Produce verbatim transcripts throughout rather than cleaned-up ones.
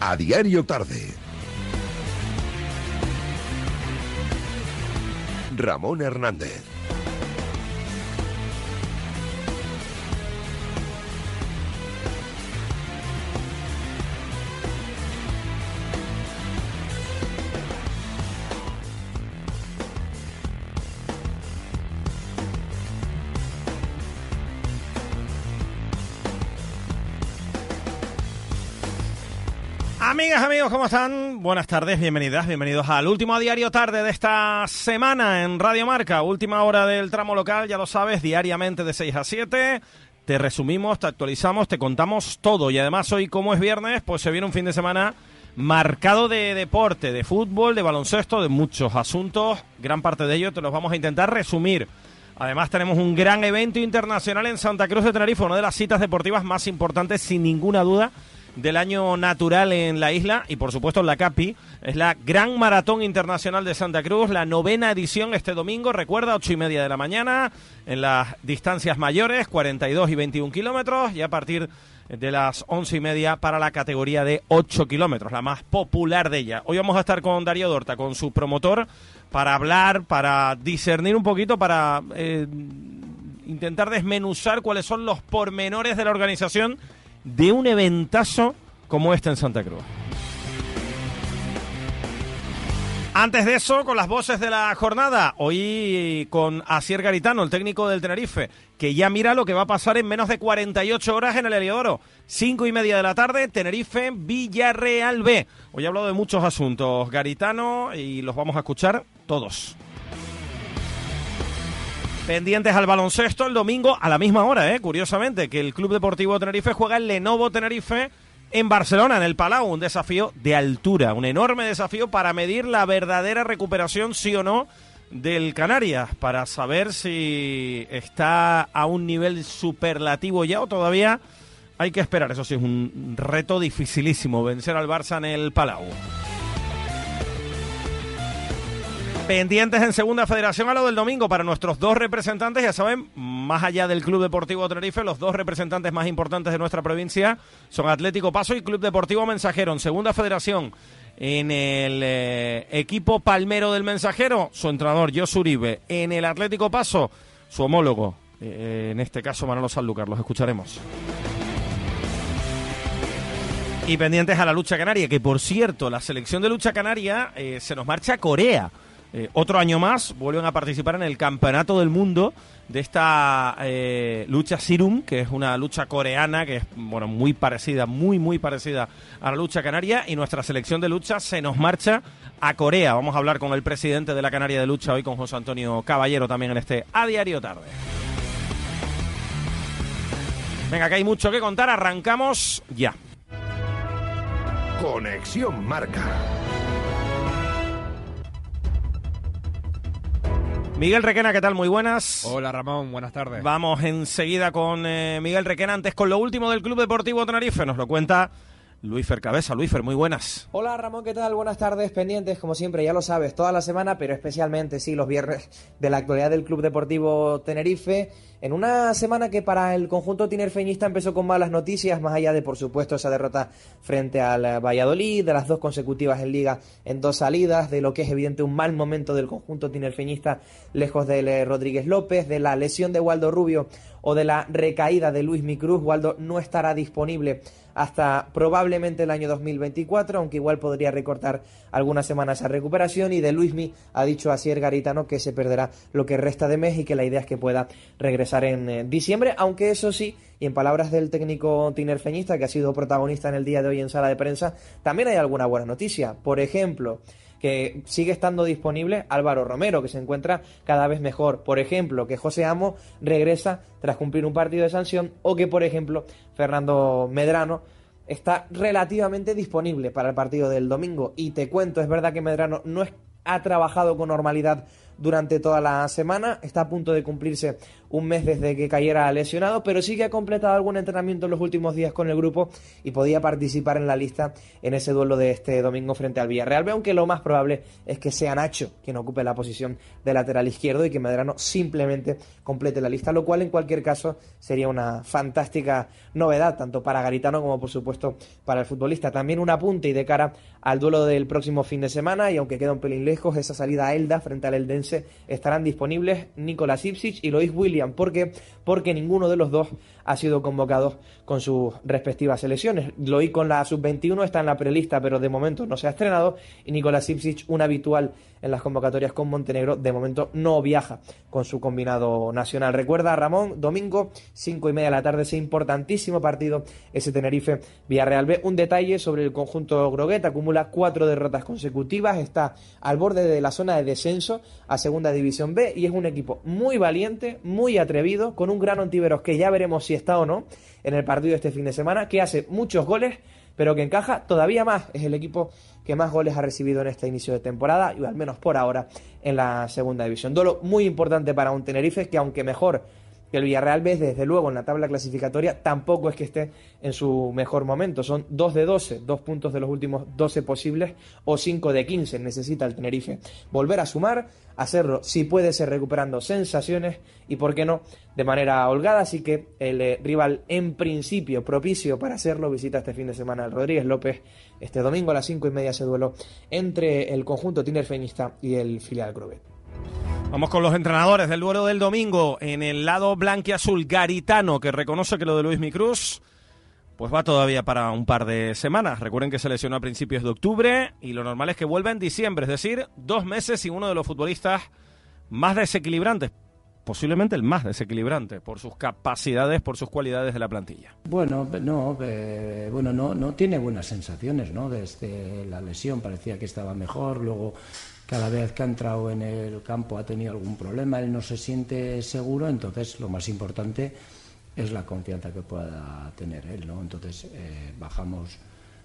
A Diario Tarde. Ramón Hernández. Amigas, amigos, ¿cómo están? Buenas tardes, bienvenidas, bienvenidos al último Diario Tarde de esta semana en Radio Marca. Última hora del tramo local, ya lo sabes, diariamente de seis a siete. Te resumimos, te actualizamos, te contamos todo. Y además hoy, como es viernes, pues se viene un fin de semana marcado de deporte, de fútbol, de baloncesto, de muchos asuntos. Gran parte de ellos te los vamos a intentar resumir. Además tenemos un gran evento internacional en Santa Cruz de Tenerife, una de las citas deportivas más importantes, sin ninguna duda, del año natural en la isla y por supuesto en la Capi. Es la Gran Maratón Internacional de Santa Cruz, la novena edición este domingo, recuerda, ocho y media de la mañana, en las distancias mayores, cuarenta y dos y veintiún kilómetros, y a partir de las once y media para la categoría de ocho kilómetros, la más popular de ella. Hoy vamos a estar con Darío Dorta, con su promotor, para hablar, para discernir un poquito, para eh, intentar desmenuzar cuáles son los pormenores de la organización de un eventazo como este en Santa Cruz. Antes de eso, con las voces de la jornada, hoy con Asier Garitano, el técnico del Tenerife, que ya mira lo que va a pasar en menos de cuarenta y ocho horas en el Heliodoro. Cinco y media de la tarde, Tenerife, Villarreal B. Hoy ha hablado de muchos asuntos, Garitano, y los vamos a escuchar todos. Pendientes al baloncesto el domingo a la misma hora, eh, curiosamente, que el Club Deportivo Tenerife juega el Lenovo Tenerife en Barcelona, en el Palau. Un desafío de altura, un enorme desafío para medir la verdadera recuperación, sí o no, del Canarias, para saber si está a un nivel superlativo ya o todavía hay que esperar. Eso sí, es un reto dificilísimo vencer al Barça en el Palau. Pendientes en Segunda Federación a lo del domingo para nuestros dos representantes, ya saben, más allá del Club Deportivo Tenerife, los dos representantes más importantes de nuestra provincia son Atlético Paso y Club Deportivo Mensajero. En Segunda Federación, en el eh, equipo palmero del Mensajero, su entrenador Josu Uribe. En el Atlético Paso, su homólogo, eh, en este caso Manolo Sanlúcar. Los escucharemos. Y pendientes a la lucha canaria, que por cierto, la selección de lucha canaria eh, se nos marcha a Corea. Eh, otro año más vuelven a participar en el Campeonato del Mundo de esta eh, lucha Sirum, que es una lucha coreana que es bueno muy parecida, muy muy parecida a la lucha canaria, y nuestra selección de lucha se nos marcha a Corea. Vamos a hablar con el presidente de la Canaria de Lucha hoy, con José Antonio Caballero, también en este A Diario Tarde. Venga, que hay mucho que contar, arrancamos ya. Conexión Marca. Miguel Requena, ¿qué tal? Muy buenas. Hola Ramón, buenas tardes. Vamos enseguida con eh, Miguel Requena, antes con lo último del Club Deportivo Tenerife. Nos lo cuenta Luisfer Cabeza. Luisfer, muy buenas. Hola Ramón, ¿qué tal? Buenas tardes, pendientes como siempre, ya lo sabes, toda la semana, pero especialmente sí los viernes de la actualidad del Club Deportivo Tenerife. En una semana que para el conjunto tinerfeñista empezó con malas noticias, más allá de, por supuesto, esa derrota frente al Valladolid, de las dos consecutivas en Liga en dos salidas, de lo que es evidente un mal momento del conjunto tinerfeñista lejos de Rodríguez López, de la lesión de Waldo Rubio o de la recaída de Luismi Cruz. Waldo no estará disponible hasta probablemente el año dos mil veinticuatro, aunque igual podría recortar algunas semanas a recuperación, y de Luismi ha dicho Asier Garitano que se perderá lo que resta de mes y que la idea es que pueda regresar en eh, diciembre, aunque eso sí, y en palabras del técnico tinerfeñista que ha sido protagonista en el día de hoy en sala de prensa, también hay alguna buena noticia. Por ejemplo, que sigue estando disponible Álvaro Romero, que se encuentra cada vez mejor. Por ejemplo, que José Amo regresa tras cumplir un partido de sanción, o que, por ejemplo, Fernando Medrano está relativamente disponible para el partido del domingo. Y te cuento, es verdad que Medrano no es, ha trabajado con normalidad durante toda la semana. Está a punto de cumplirse un mes desde que cayera lesionado, pero sí que ha completado algún entrenamiento en los últimos días con el grupo y podía participar en la lista en ese duelo de este domingo frente al Villarreal, aunque lo más probable es que sea Nacho quien ocupe la posición de lateral izquierdo y que Medrano simplemente complete la lista, lo cual en cualquier caso sería una fantástica novedad, tanto para Garitano como por supuesto para el futbolista. También un apunte y de cara al duelo del próximo fin de semana, y aunque queda un pelín lejos, esa salida a Elda frente al Eldense, estarán disponibles Nicolás Ipsic y Loïc William. ¿Por qué? Porque ninguno de los dos ha sido convocado con sus respectivas selecciones. Loïc con la sub veintiuno está en la prelista, pero de momento no se ha estrenado, y Nicolás Ipsic, un habitual en las convocatorias con Montenegro, de momento no viaja con su combinado nacional. Recuerda, Ramón, domingo, cinco y media de la tarde, ese importantísimo partido, ese Tenerife-Villarreal B. Un detalle sobre el conjunto groguet: acumula cuatro derrotas consecutivas, está al borde de la zona de descenso a Segunda División B, y es un equipo muy valiente, muy atrevido, con un gran Ontiveros que ya veremos si está o no en el partido de este fin de semana, que hace muchos goles, pero que encaja todavía más. Es el equipo que más goles ha recibido en este inicio de temporada, y al menos por ahora en la Segunda División. Duelo muy importante para un Tenerife que, aunque mejor que el Villarreal B, desde luego en la tabla clasificatoria, tampoco es que esté en su mejor momento. Son dos de doce, dos puntos de los últimos doce posibles, o cinco de quince. Necesita el Tenerife volver a sumar, hacerlo si puede ser recuperando sensaciones y, por qué no, de manera holgada. Así que el eh, rival en principio propicio para hacerlo visita este fin de semana el Rodríguez López. Este domingo a las cinco y media ese duelo entre el conjunto tinerfeñista y el filial groguet. Vamos con los entrenadores del duelo del domingo. En el lado blanquiazul, Garitano, que reconoce que lo de Luismi Cruz pues va todavía para un par de semanas. Recuerden que se lesionó a principios de octubre y lo normal es que vuelva en diciembre, es decir, dos meses sin uno de los futbolistas más desequilibrantes, posiblemente el más desequilibrante, por sus capacidades, por sus cualidades de la plantilla. Bueno, no, eh, bueno, no, no tiene buenas sensaciones, ¿no? Desde la lesión parecía que estaba mejor, luego cada vez que ha entrado en el campo ha tenido algún problema, él no se siente seguro, entonces lo más importante es la confianza que pueda tener él, ¿no? Entonces eh, bajamos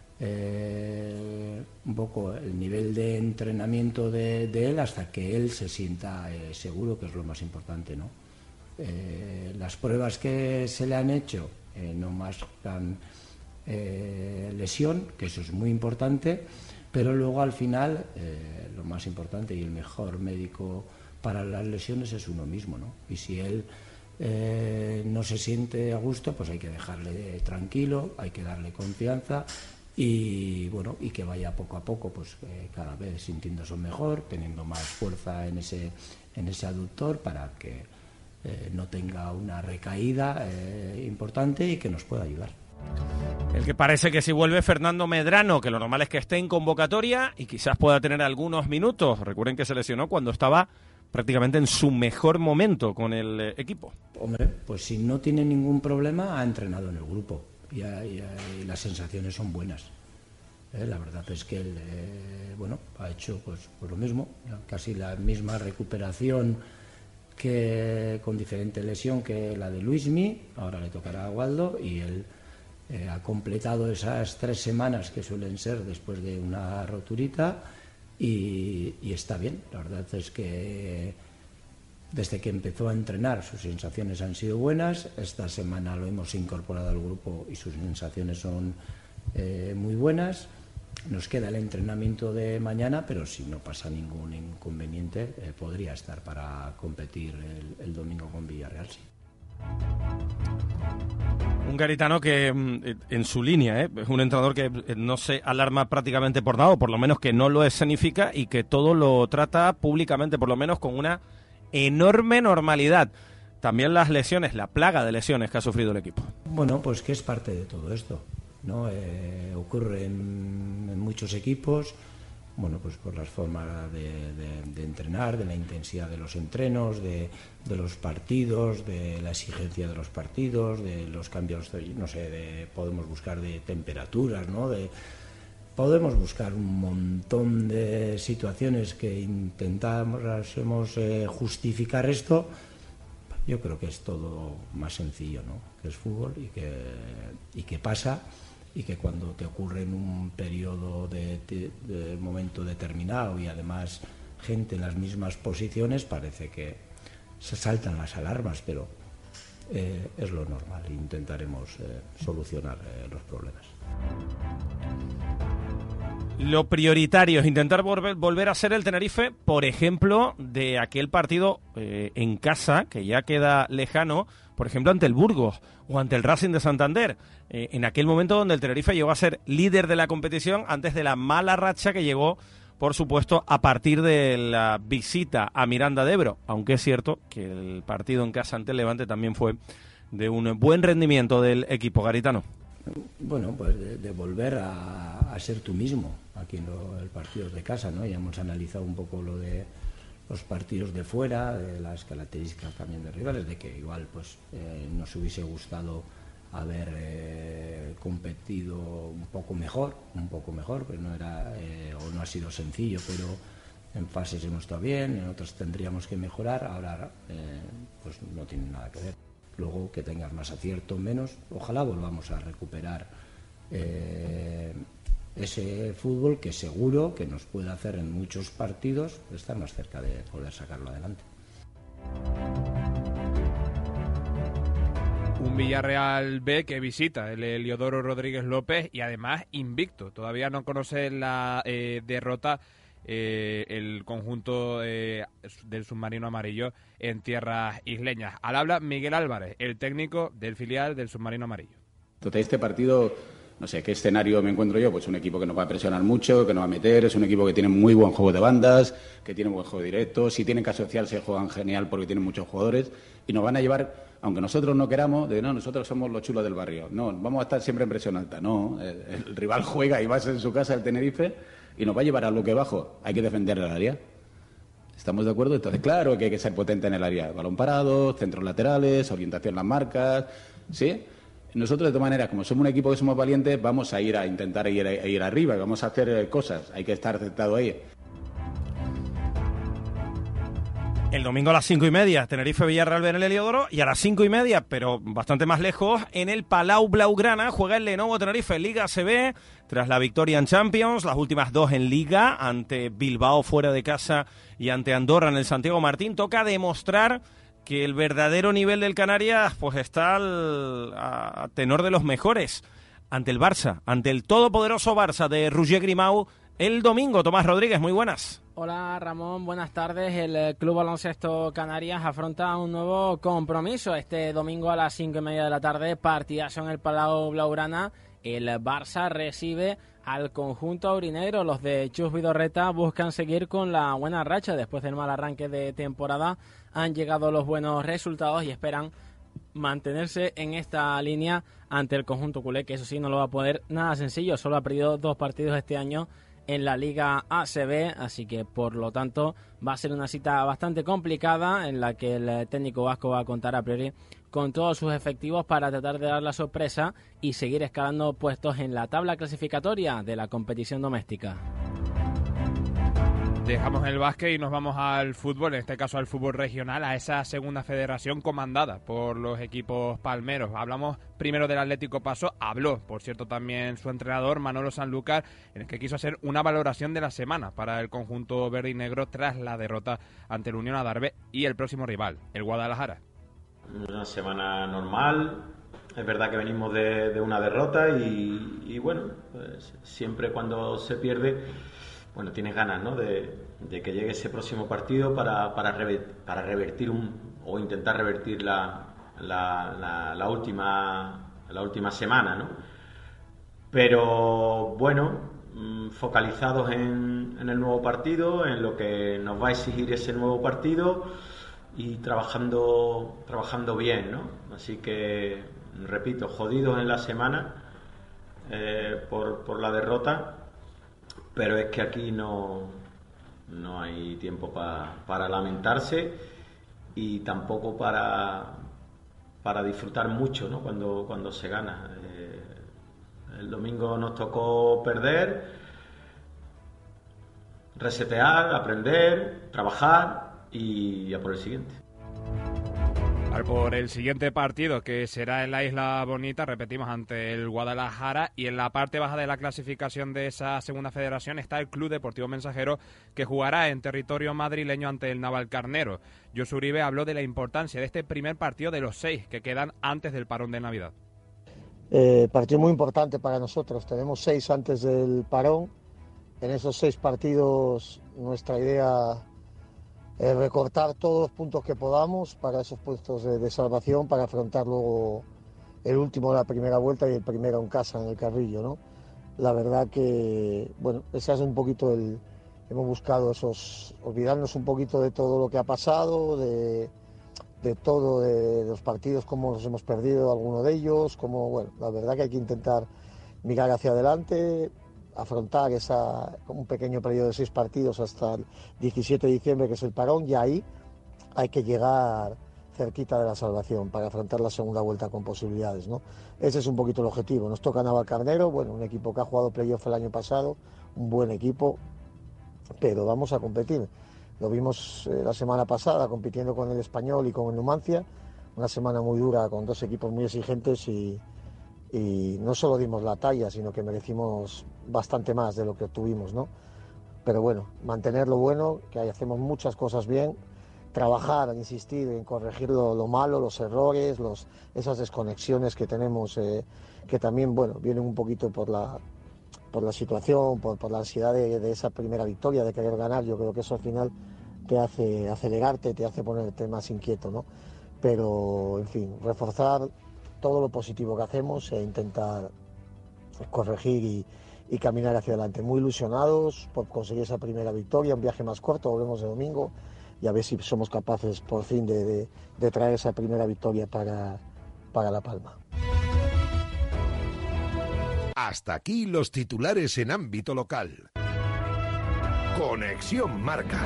eh, un poco el nivel de entrenamiento de, de él hasta que él se sienta eh, seguro, que es lo más importante, ¿no? Eh, las pruebas que se le han hecho eh, no marcan eh, lesión, que eso es muy importante, pero luego al final eh, lo más importante y el mejor médico para las lesiones es uno mismo, ¿no? Y si él eh, no se siente a gusto, pues hay que dejarle tranquilo, hay que darle confianza y bueno, y que vaya poco a poco, pues eh, cada vez sintiéndose mejor, teniendo más fuerza en ese en ese aductor para que eh, no tenga una recaída eh, importante y que nos pueda ayudar. El que parece que si vuelve Fernando Medrano, que lo normal es que esté en convocatoria y quizás pueda tener algunos minutos. Recuerden que se lesionó cuando estaba prácticamente en su mejor momento con el eh, equipo. Hombre, pues si no tiene ningún problema, ha entrenado en el grupo y, ha, y, ha, y las sensaciones son buenas. Eh, la verdad es que él eh, bueno, ha hecho pues, pues lo mismo, casi la misma recuperación que con diferente lesión que la de Luismi. Ahora le tocará a Waldo y él Eh, ha completado esas tres semanas que suelen ser después de una roturita y, y está bien. La verdad es que desde que empezó a entrenar sus sensaciones han sido buenas. Esta semana lo hemos incorporado al grupo y sus sensaciones son eh, muy buenas. Nos queda el entrenamiento de mañana, pero si no pasa ningún inconveniente eh, podría estar para competir el, el domingo con Villarreal, sí. Un Garitano que en su línea ¿eh? es un entrenador que no se alarma prácticamente por nada, o por lo menos que no lo escenifica y que todo lo trata públicamente, por lo menos con una enorme normalidad. También las lesiones, la plaga de lesiones que ha sufrido el equipo. Bueno, pues que es parte de todo esto, ¿no? Eh, ocurre en, en muchos equipos. Bueno, pues por las formas de, de, de entrenar, de la intensidad de los entrenos, de, de los partidos, de la exigencia de los partidos, de los cambios, de, no sé, de, podemos buscar de temperaturas, ¿no? De, podemos buscar un montón de situaciones que intentamos eh, justificar esto. Yo creo que es todo más sencillo, ¿no? Que es fútbol y que, y que pasa. Y que cuando te ocurre en un periodo de, de, de momento determinado y además gente en las mismas posiciones, parece que se saltan las alarmas, pero eh, es lo normal. Intentaremos eh, solucionar eh, los problemas. Lo prioritario es intentar volver, volver a ser el Tenerife, por ejemplo, de aquel partido eh, en casa, que ya queda lejano, por ejemplo, ante el Burgos o ante el Racing de Santander, eh, en aquel momento donde el Tenerife llegó a ser líder de la competición antes de la mala racha que llegó, por supuesto, a partir de la visita a Miranda de Ebro, aunque es cierto que el partido en casa ante el Levante también fue de un buen rendimiento del equipo garitano. Bueno, pues de, de volver a, a ser tú mismo aquí en lo, el partido de casa, ¿no? Ya hemos analizado un poco lo de los partidos de fuera, de las características también de rivales, de que igual pues eh, nos hubiese gustado haber eh, competido un poco mejor, un poco mejor, pero no era eh, o no ha sido sencillo, pero en fases hemos estado bien, en otras tendríamos que mejorar, ahora eh, pues no tiene nada que ver. Luego que tengas más acierto o menos, ojalá volvamos a recuperar eh, ese fútbol que seguro que nos puede hacer en muchos partidos estar más cerca de poder sacarlo adelante. Un Villarreal B que visita el Heliodoro Rodríguez López y además invicto. Todavía no conoce la eh, derrota eh, el conjunto eh, del submarino amarillo en tierras isleñas. Al habla Miguel Álvarez, el técnico del filial del submarino amarillo. Entonces este partido, no sé qué escenario me encuentro yo, pues un equipo que nos va a presionar mucho, que nos va a meter, es un equipo que tiene muy buen juego de bandas, que tiene buen juego directo, si tienen que asociarse juegan genial porque tienen muchos jugadores y nos van a llevar, aunque nosotros no queramos, de no, nosotros somos los chulos del barrio, no, vamos a estar siempre en presión alta, no, el, el rival juega y va a ser en su casa el Tenerife y nos va a llevar a lo que bajo, hay que defender el área. ¿Estamos de acuerdo? Entonces, claro que hay que ser potente en el área, balón parado, centros laterales, orientación en las marcas, ¿sí? Nosotros, de todas maneras, como somos un equipo que somos valientes, vamos a ir a intentar ir, a ir arriba, vamos a hacer cosas, hay que estar aceptado ahí. El domingo a las cinco y media, Tenerife Villarreal en el Heliodoro, y a las cinco y media, pero bastante más lejos, en el Palau Blaugrana juega el Lenovo Tenerife Liga A C B, tras la victoria en Champions, las últimas dos en Liga, ante Bilbao fuera de casa y ante Andorra en el Santiago Martín. Toca demostrar que el verdadero nivel del Canarias pues está al, a, a tenor de los mejores ante el Barça, ante el todopoderoso Barça de Roger Grimau el domingo. Tomás Rodríguez, muy buenas. Hola Ramón, buenas tardes. El Club Baloncesto Canarias afronta un nuevo compromiso este domingo a las cinco y media de la tarde, partidazo en el Palau Blaugrana. El Barça recibe al conjunto aurinegro. Los de Chus Vidorreta buscan seguir con la buena racha. Después del mal arranque de temporada han llegado los buenos resultados y esperan mantenerse en esta línea ante el conjunto culé, que eso sí no lo va a poner nada sencillo. Solo ha perdido dos partidos este año en la Liga A C B, así que por lo tanto va a ser una cita bastante complicada en la que el técnico vasco va a contar a priori con todos sus efectivos para tratar de dar la sorpresa y seguir escalando puestos en la tabla clasificatoria de la competición doméstica. Dejamos el básquet y nos vamos al fútbol, en este caso al fútbol regional, a esa segunda federación comandada por los equipos palmeros. Hablamos primero del Atlético Paso, habló, por cierto, también su entrenador Manolo Sanlúcar, en el que quiso hacer una valoración de la semana para el conjunto verde y negro tras la derrota ante el Unión Adarve y el próximo rival, el Guadalajara. Una semana normal, es verdad que venimos de, de una derrota y, y bueno, pues siempre cuando se pierde, bueno, tienes ganas, ¿no?, de, de que llegue ese próximo partido para, para, rever, para revertir un, o intentar revertir la, la, la, la, última, la última semana, ¿no? Pero bueno, focalizados en, en el nuevo partido, en lo que nos va a exigir ese nuevo partido y trabajando, trabajando bien, ¿no? Así que, repito, jodidos en la semana eh, por, por la derrota. Pero es que aquí no, no hay tiempo pa, para lamentarse y tampoco para, para disfrutar mucho, ¿no?, cuando, cuando se gana. Eh, el domingo nos tocó perder, resetear, aprender, trabajar y a por el siguiente. Por el siguiente partido, que será en la Isla Bonita, repetimos, ante el Guadalajara, y en la parte baja de la clasificación de esa segunda federación está el Club Deportivo Mensajero, que jugará en territorio madrileño ante el Navalcarnero. Josu Uribe habló de la importancia de este primer partido de los seis que quedan antes del parón de Navidad. Eh, partido muy importante para nosotros, tenemos seis antes del parón. En esos seis partidos nuestra idea Eh, recortar todos los puntos que podamos para esos puestos de, de salvación, para afrontar luego el último de la primera vuelta y el primero en casa, en el Carrillo, ¿no? La verdad que, bueno, ese es un poquito el... Hemos buscado esos... olvidarnos un poquito de todo lo que ha pasado, de, de todo, de, de los partidos, cómo nos hemos perdido alguno de ellos, como, bueno, la verdad que hay que intentar mirar hacia adelante, afrontar esa, un pequeño periodo de seis partidos hasta el diecisiete de diciembre, que es el parón, y ahí hay que llegar cerquita de la salvación para afrontar la segunda vuelta con posibilidades, ¿no? Ese es un poquito el objetivo. Nos toca Navalcarnero, bueno, un equipo que ha jugado playoff el año pasado, un buen equipo, pero vamos a competir. Lo vimos eh, la semana pasada compitiendo con el Español y con el Numancia, una semana muy dura con dos equipos muy exigentes y y no solo dimos la talla, sino que merecimos bastante más de lo que obtuvimos, ¿no? Pero bueno, mantener lo bueno, que ahí hacemos muchas cosas bien, trabajar, insistir en corregir lo, lo malo, los errores, los, esas desconexiones que tenemos, eh, que también, bueno, vienen un poquito por la, por la situación, por, por la ansiedad de, de esa primera victoria, de querer ganar. Yo creo que eso al final te hace acelerarte, te hace ponerte más inquieto, ¿no? Pero, en fin, reforzar todo lo positivo que hacemos e intentar corregir y, y caminar hacia adelante. Muy ilusionados por conseguir esa primera victoria, un viaje más corto, volvemos de domingo y a ver si somos capaces por fin de, de, de traer esa primera victoria para, para La Palma. Hasta aquí los titulares en ámbito local. Conexión Marca.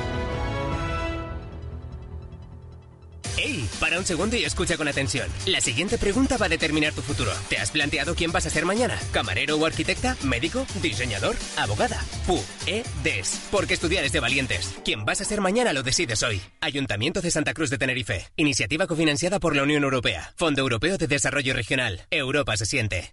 ¡Ey! Para un segundo y escucha con atención. La siguiente pregunta va a determinar tu futuro. ¿Te has planteado quién vas a ser mañana? ¿Camarero o arquitecta? ¿Médico? ¿Diseñador? ¿Abogada? Puedes. Porque estudiar es de valientes. Quién vas a ser mañana lo decides hoy. Ayuntamiento de Santa Cruz de Tenerife. Iniciativa cofinanciada por la Unión Europea. Fondo Europeo de Desarrollo Regional. Europa se siente.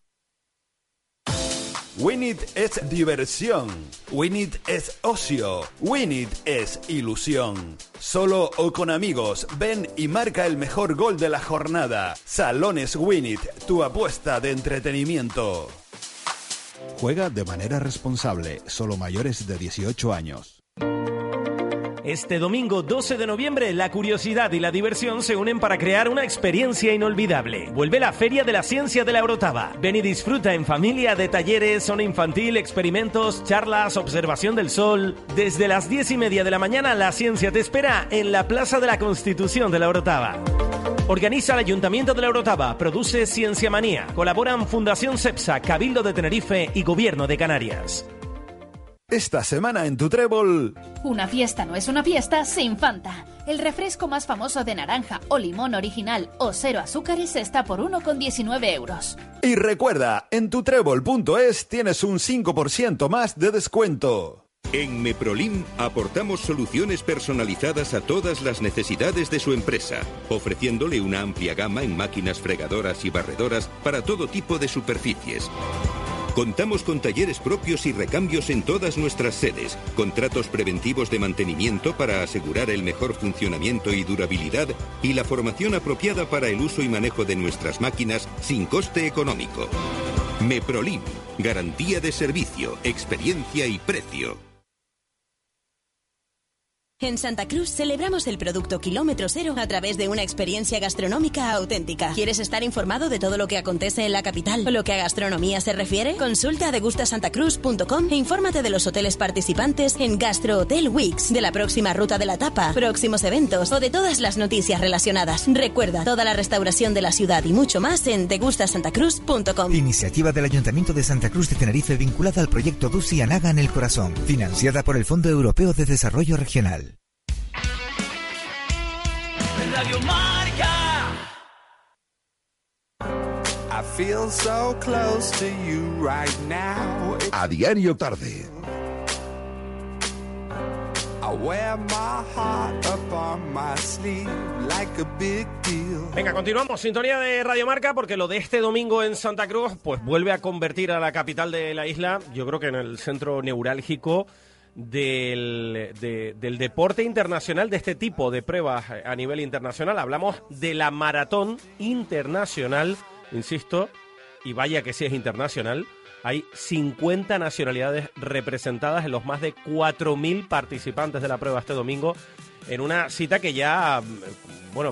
Winit es diversión, Winit es ocio, Winit es ilusión. Solo o con amigos, ven y marca el mejor gol de la jornada. Salones Winit, tu apuesta de entretenimiento. Juega de manera responsable, solo mayores de dieciocho años. Este domingo doce de noviembre, la curiosidad y la diversión se unen para crear una experiencia inolvidable. Vuelve la Feria de la Ciencia de la Orotava. Ven y disfruta en familia de talleres, zona infantil, experimentos, charlas, observación del sol. Desde las diez y media de la mañana, la ciencia te espera en la Plaza de la Constitución de la Orotava. Organiza el Ayuntamiento de la Orotava, produce Ciencia Manía. Colaboran Fundación CEPSA, Cabildo de Tenerife y Gobierno de Canarias. Esta semana en tu trébol... Una fiesta no es una fiesta sin Fanta. El refresco más famoso de naranja o limón original o cero azúcares está por uno con diecinueve euros. Y recuerda, en tu trébol punto es tienes un cinco por ciento más de descuento. En Meprolim aportamos soluciones personalizadas a todas las necesidades de su empresa, ofreciéndole una amplia gama en máquinas fregadoras y barredoras para todo tipo de superficies. Contamos con talleres propios y recambios en todas nuestras sedes, contratos preventivos de mantenimiento para asegurar el mejor funcionamiento y durabilidad y la formación apropiada para el uso y manejo de nuestras máquinas sin coste económico. Meprolim, garantía de servicio, experiencia y precio. En Santa Cruz celebramos el producto kilómetro cero a través de una experiencia gastronómica auténtica. ¿Quieres estar informado de todo lo que acontece en la capital o lo que a gastronomía se refiere? Consulta degusta santa cruz punto com e infórmate de los hoteles participantes en Gastro Hotel Weeks, de la próxima ruta de la tapa, próximos eventos o de todas las noticias relacionadas. Recuerda, toda la restauración de la ciudad y mucho más en degusta santa cruz punto com. Iniciativa del Ayuntamiento de Santa Cruz de Tenerife vinculada al proyecto Dusi Anaga en el Corazón, financiada por el Fondo Europeo de Desarrollo Regional. Radio Marca. I feel so close to you right now. A diario tarde. I wear my heart up on my sleeve like a big deal. Venga, continuamos. Sintonía de Radio Marca, porque lo de este domingo en Santa Cruz pues vuelve a convertir a la capital de la isla, yo creo que en el centro neurálgico del, de, del deporte internacional, de este tipo de pruebas a nivel internacional. Hablamos de la maratón internacional, insisto, y vaya que sí es internacional. Hay cincuenta nacionalidades representadas en los más de cuatro mil participantes de la prueba este domingo, en una cita que ya, bueno,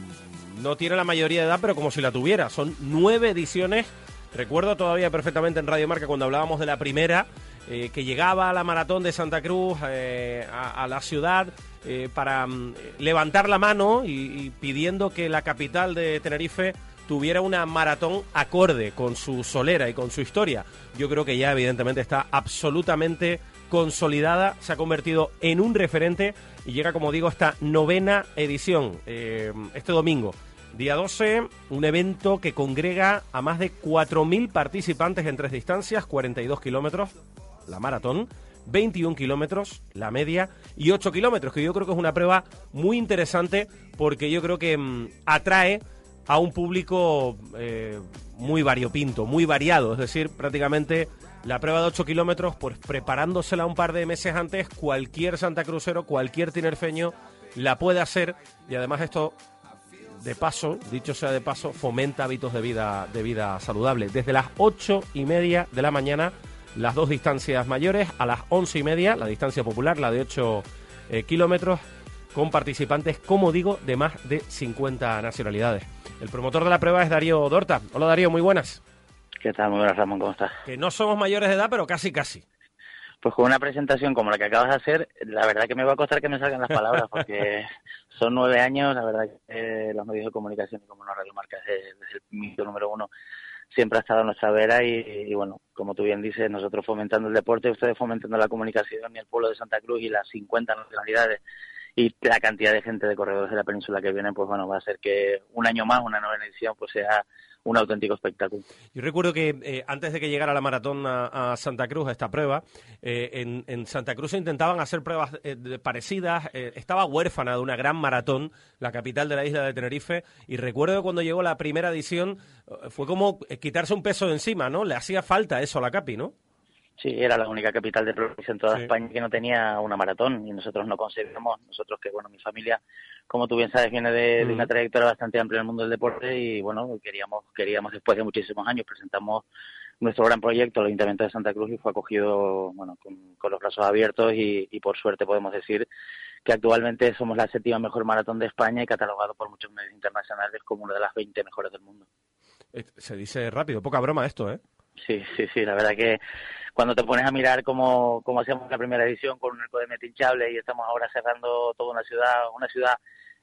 no tiene la mayoría de edad, pero como si la tuviera. Son nueve ediciones. Recuerdo todavía perfectamente en Radio Marca cuando hablábamos de la primera, eh, que llegaba a la maratón de Santa Cruz, eh, a, a la ciudad, eh, para um, levantar la mano y, y pidiendo que la capital de Tenerife tuviera una maratón acorde con su solera y con su historia. Yo creo que ya evidentemente está absolutamente consolidada, se ha convertido en un referente y llega, como digo, esta novena edición, eh, este domingo. Día doce, un evento que congrega a más de cuatro mil participantes en tres distancias, cuarenta y dos kilómetros, la maratón, veintiún kilómetros, la media, y ocho kilómetros, que yo creo que es una prueba muy interesante porque yo creo que mmm, atrae a un público eh, muy variopinto, muy variado. Es decir, prácticamente la prueba de ocho kilómetros, pues preparándosela un par de meses antes, cualquier santacrucero, cualquier tinerfeño la puede hacer, y además esto, de paso, dicho sea de paso, fomenta hábitos de vida, de vida saludable. Desde las ocho y media de la mañana, las dos distancias mayores, a las once y media, la distancia popular, la de ocho eh, kilómetros, con participantes, como digo, de más de cincuenta nacionalidades. El promotor de la prueba es Darío Dorta. Hola Darío, muy buenas. ¿Qué tal? Muy buenas, Ramón, ¿cómo estás? Que no somos mayores de edad, pero casi casi. Pues con una presentación como la que acabas de hacer, la verdad que me va a costar que me salgan las palabras, porque son nueve años, la verdad que eh, los medios de comunicación y como no Radio Marca desde, desde el mito número uno siempre ha estado a nuestra vera y, y bueno, como tú bien dices, nosotros fomentando el deporte, ustedes fomentando la comunicación y el pueblo de Santa Cruz y las cincuenta nacionalidades y la cantidad de gente de corredores de la península que vienen, pues bueno, va a ser que un año más, una nueva edición, pues sea un auténtico espectáculo. Yo recuerdo que eh, antes de que llegara la maratón a, a Santa Cruz, a esta prueba, eh, en, en Santa Cruz se intentaban hacer pruebas eh, de, parecidas. Eh, estaba huérfana de una gran maratón, la capital de la isla de Tenerife, y recuerdo que cuando llegó la primera edición eh, fue como quitarse un peso de encima, ¿no? Le hacía falta eso a la Capi, ¿no? Sí, era la única capital de provincia en toda Sí. España que no tenía una maratón y nosotros no concebimos, nosotros que, bueno, mi familia, como tú bien sabes, viene de, de una trayectoria bastante amplia en el mundo del deporte y, bueno, queríamos, queríamos después de muchísimos años, presentamos nuestro gran proyecto al Ayuntamiento de Santa Cruz y fue acogido, bueno, con, con los brazos abiertos y, y por suerte podemos decir que actualmente somos la séptima mejor maratón de España y catalogado por muchos medios internacionales como una de las veinte mejores del mundo. Eh, Se dice rápido, poca broma esto, ¿eh? Sí, sí, sí, la verdad que cuando te pones a mirar cómo, cómo hacíamos la primera edición con un arco de meta hinchable y estamos ahora cerrando toda una ciudad, una ciudad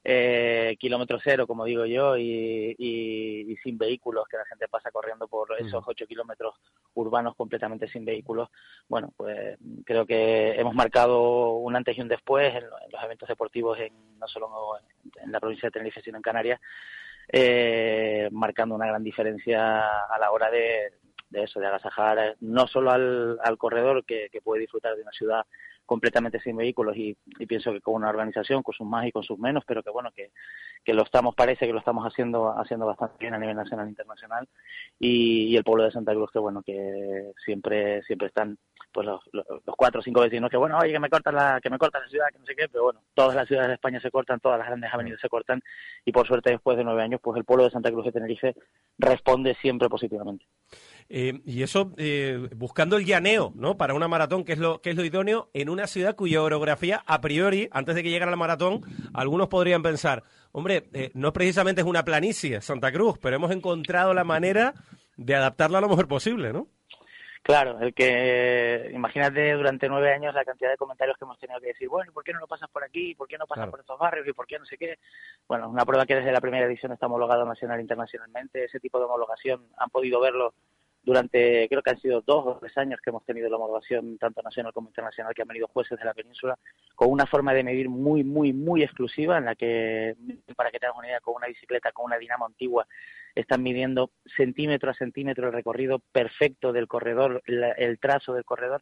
eh, kilómetro cero, como digo yo, y, y, y sin vehículos, que la gente pasa corriendo por esos ocho kilómetros urbanos completamente sin vehículos, bueno, pues creo que hemos marcado un antes y un después en, en los eventos deportivos, en, no solo en, en la provincia de Tenerife, sino en Canarias, eh, marcando una gran diferencia a la hora de de eso, de agasajar no solo al, al corredor que, que puede disfrutar de una ciudad completamente sin vehículos y, y pienso que con una organización, con sus más y con sus menos, pero que bueno, que, que lo estamos, parece que lo estamos haciendo haciendo bastante bien a nivel nacional e internacional y, y el pueblo de Santa Cruz que bueno, que siempre siempre están pues los, los, los cuatro o cinco vecinos que bueno, oye, que me cortan la que me cortan la ciudad, que no sé qué, pero bueno, todas las ciudades de España se cortan, todas las grandes avenidas se cortan y por suerte después de nueve años, pues el pueblo de Santa Cruz de Tenerife responde siempre positivamente. Eh, y eso, eh, buscando el llaneo, ¿no? Para una maratón, que es lo que es lo idóneo, en una ciudad cuya orografía, a priori, antes de que llegara la maratón, algunos podrían pensar, hombre, eh, no precisamente es una planicie, Santa Cruz, pero hemos encontrado la manera de adaptarla lo mejor posible, ¿no? Claro, el que, imagínate durante nueve años la cantidad de comentarios que hemos tenido que decir, bueno, ¿y por qué no lo pasas por aquí? ¿Por qué no pasas Claro. por estos barrios? ¿Y por qué no sé qué? Bueno, una prueba que desde la primera edición está homologada nacional e internacionalmente. Ese tipo de homologación han podido verlo durante, creo que han sido dos o tres años que hemos tenido la homologación tanto nacional como internacional, que han venido jueces de la península, con una forma de medir muy, muy, muy exclusiva, en la que, para que tengas una idea, con una bicicleta, con una dinamo antigua, están midiendo centímetro a centímetro el recorrido perfecto del corredor, la, el trazo del corredor,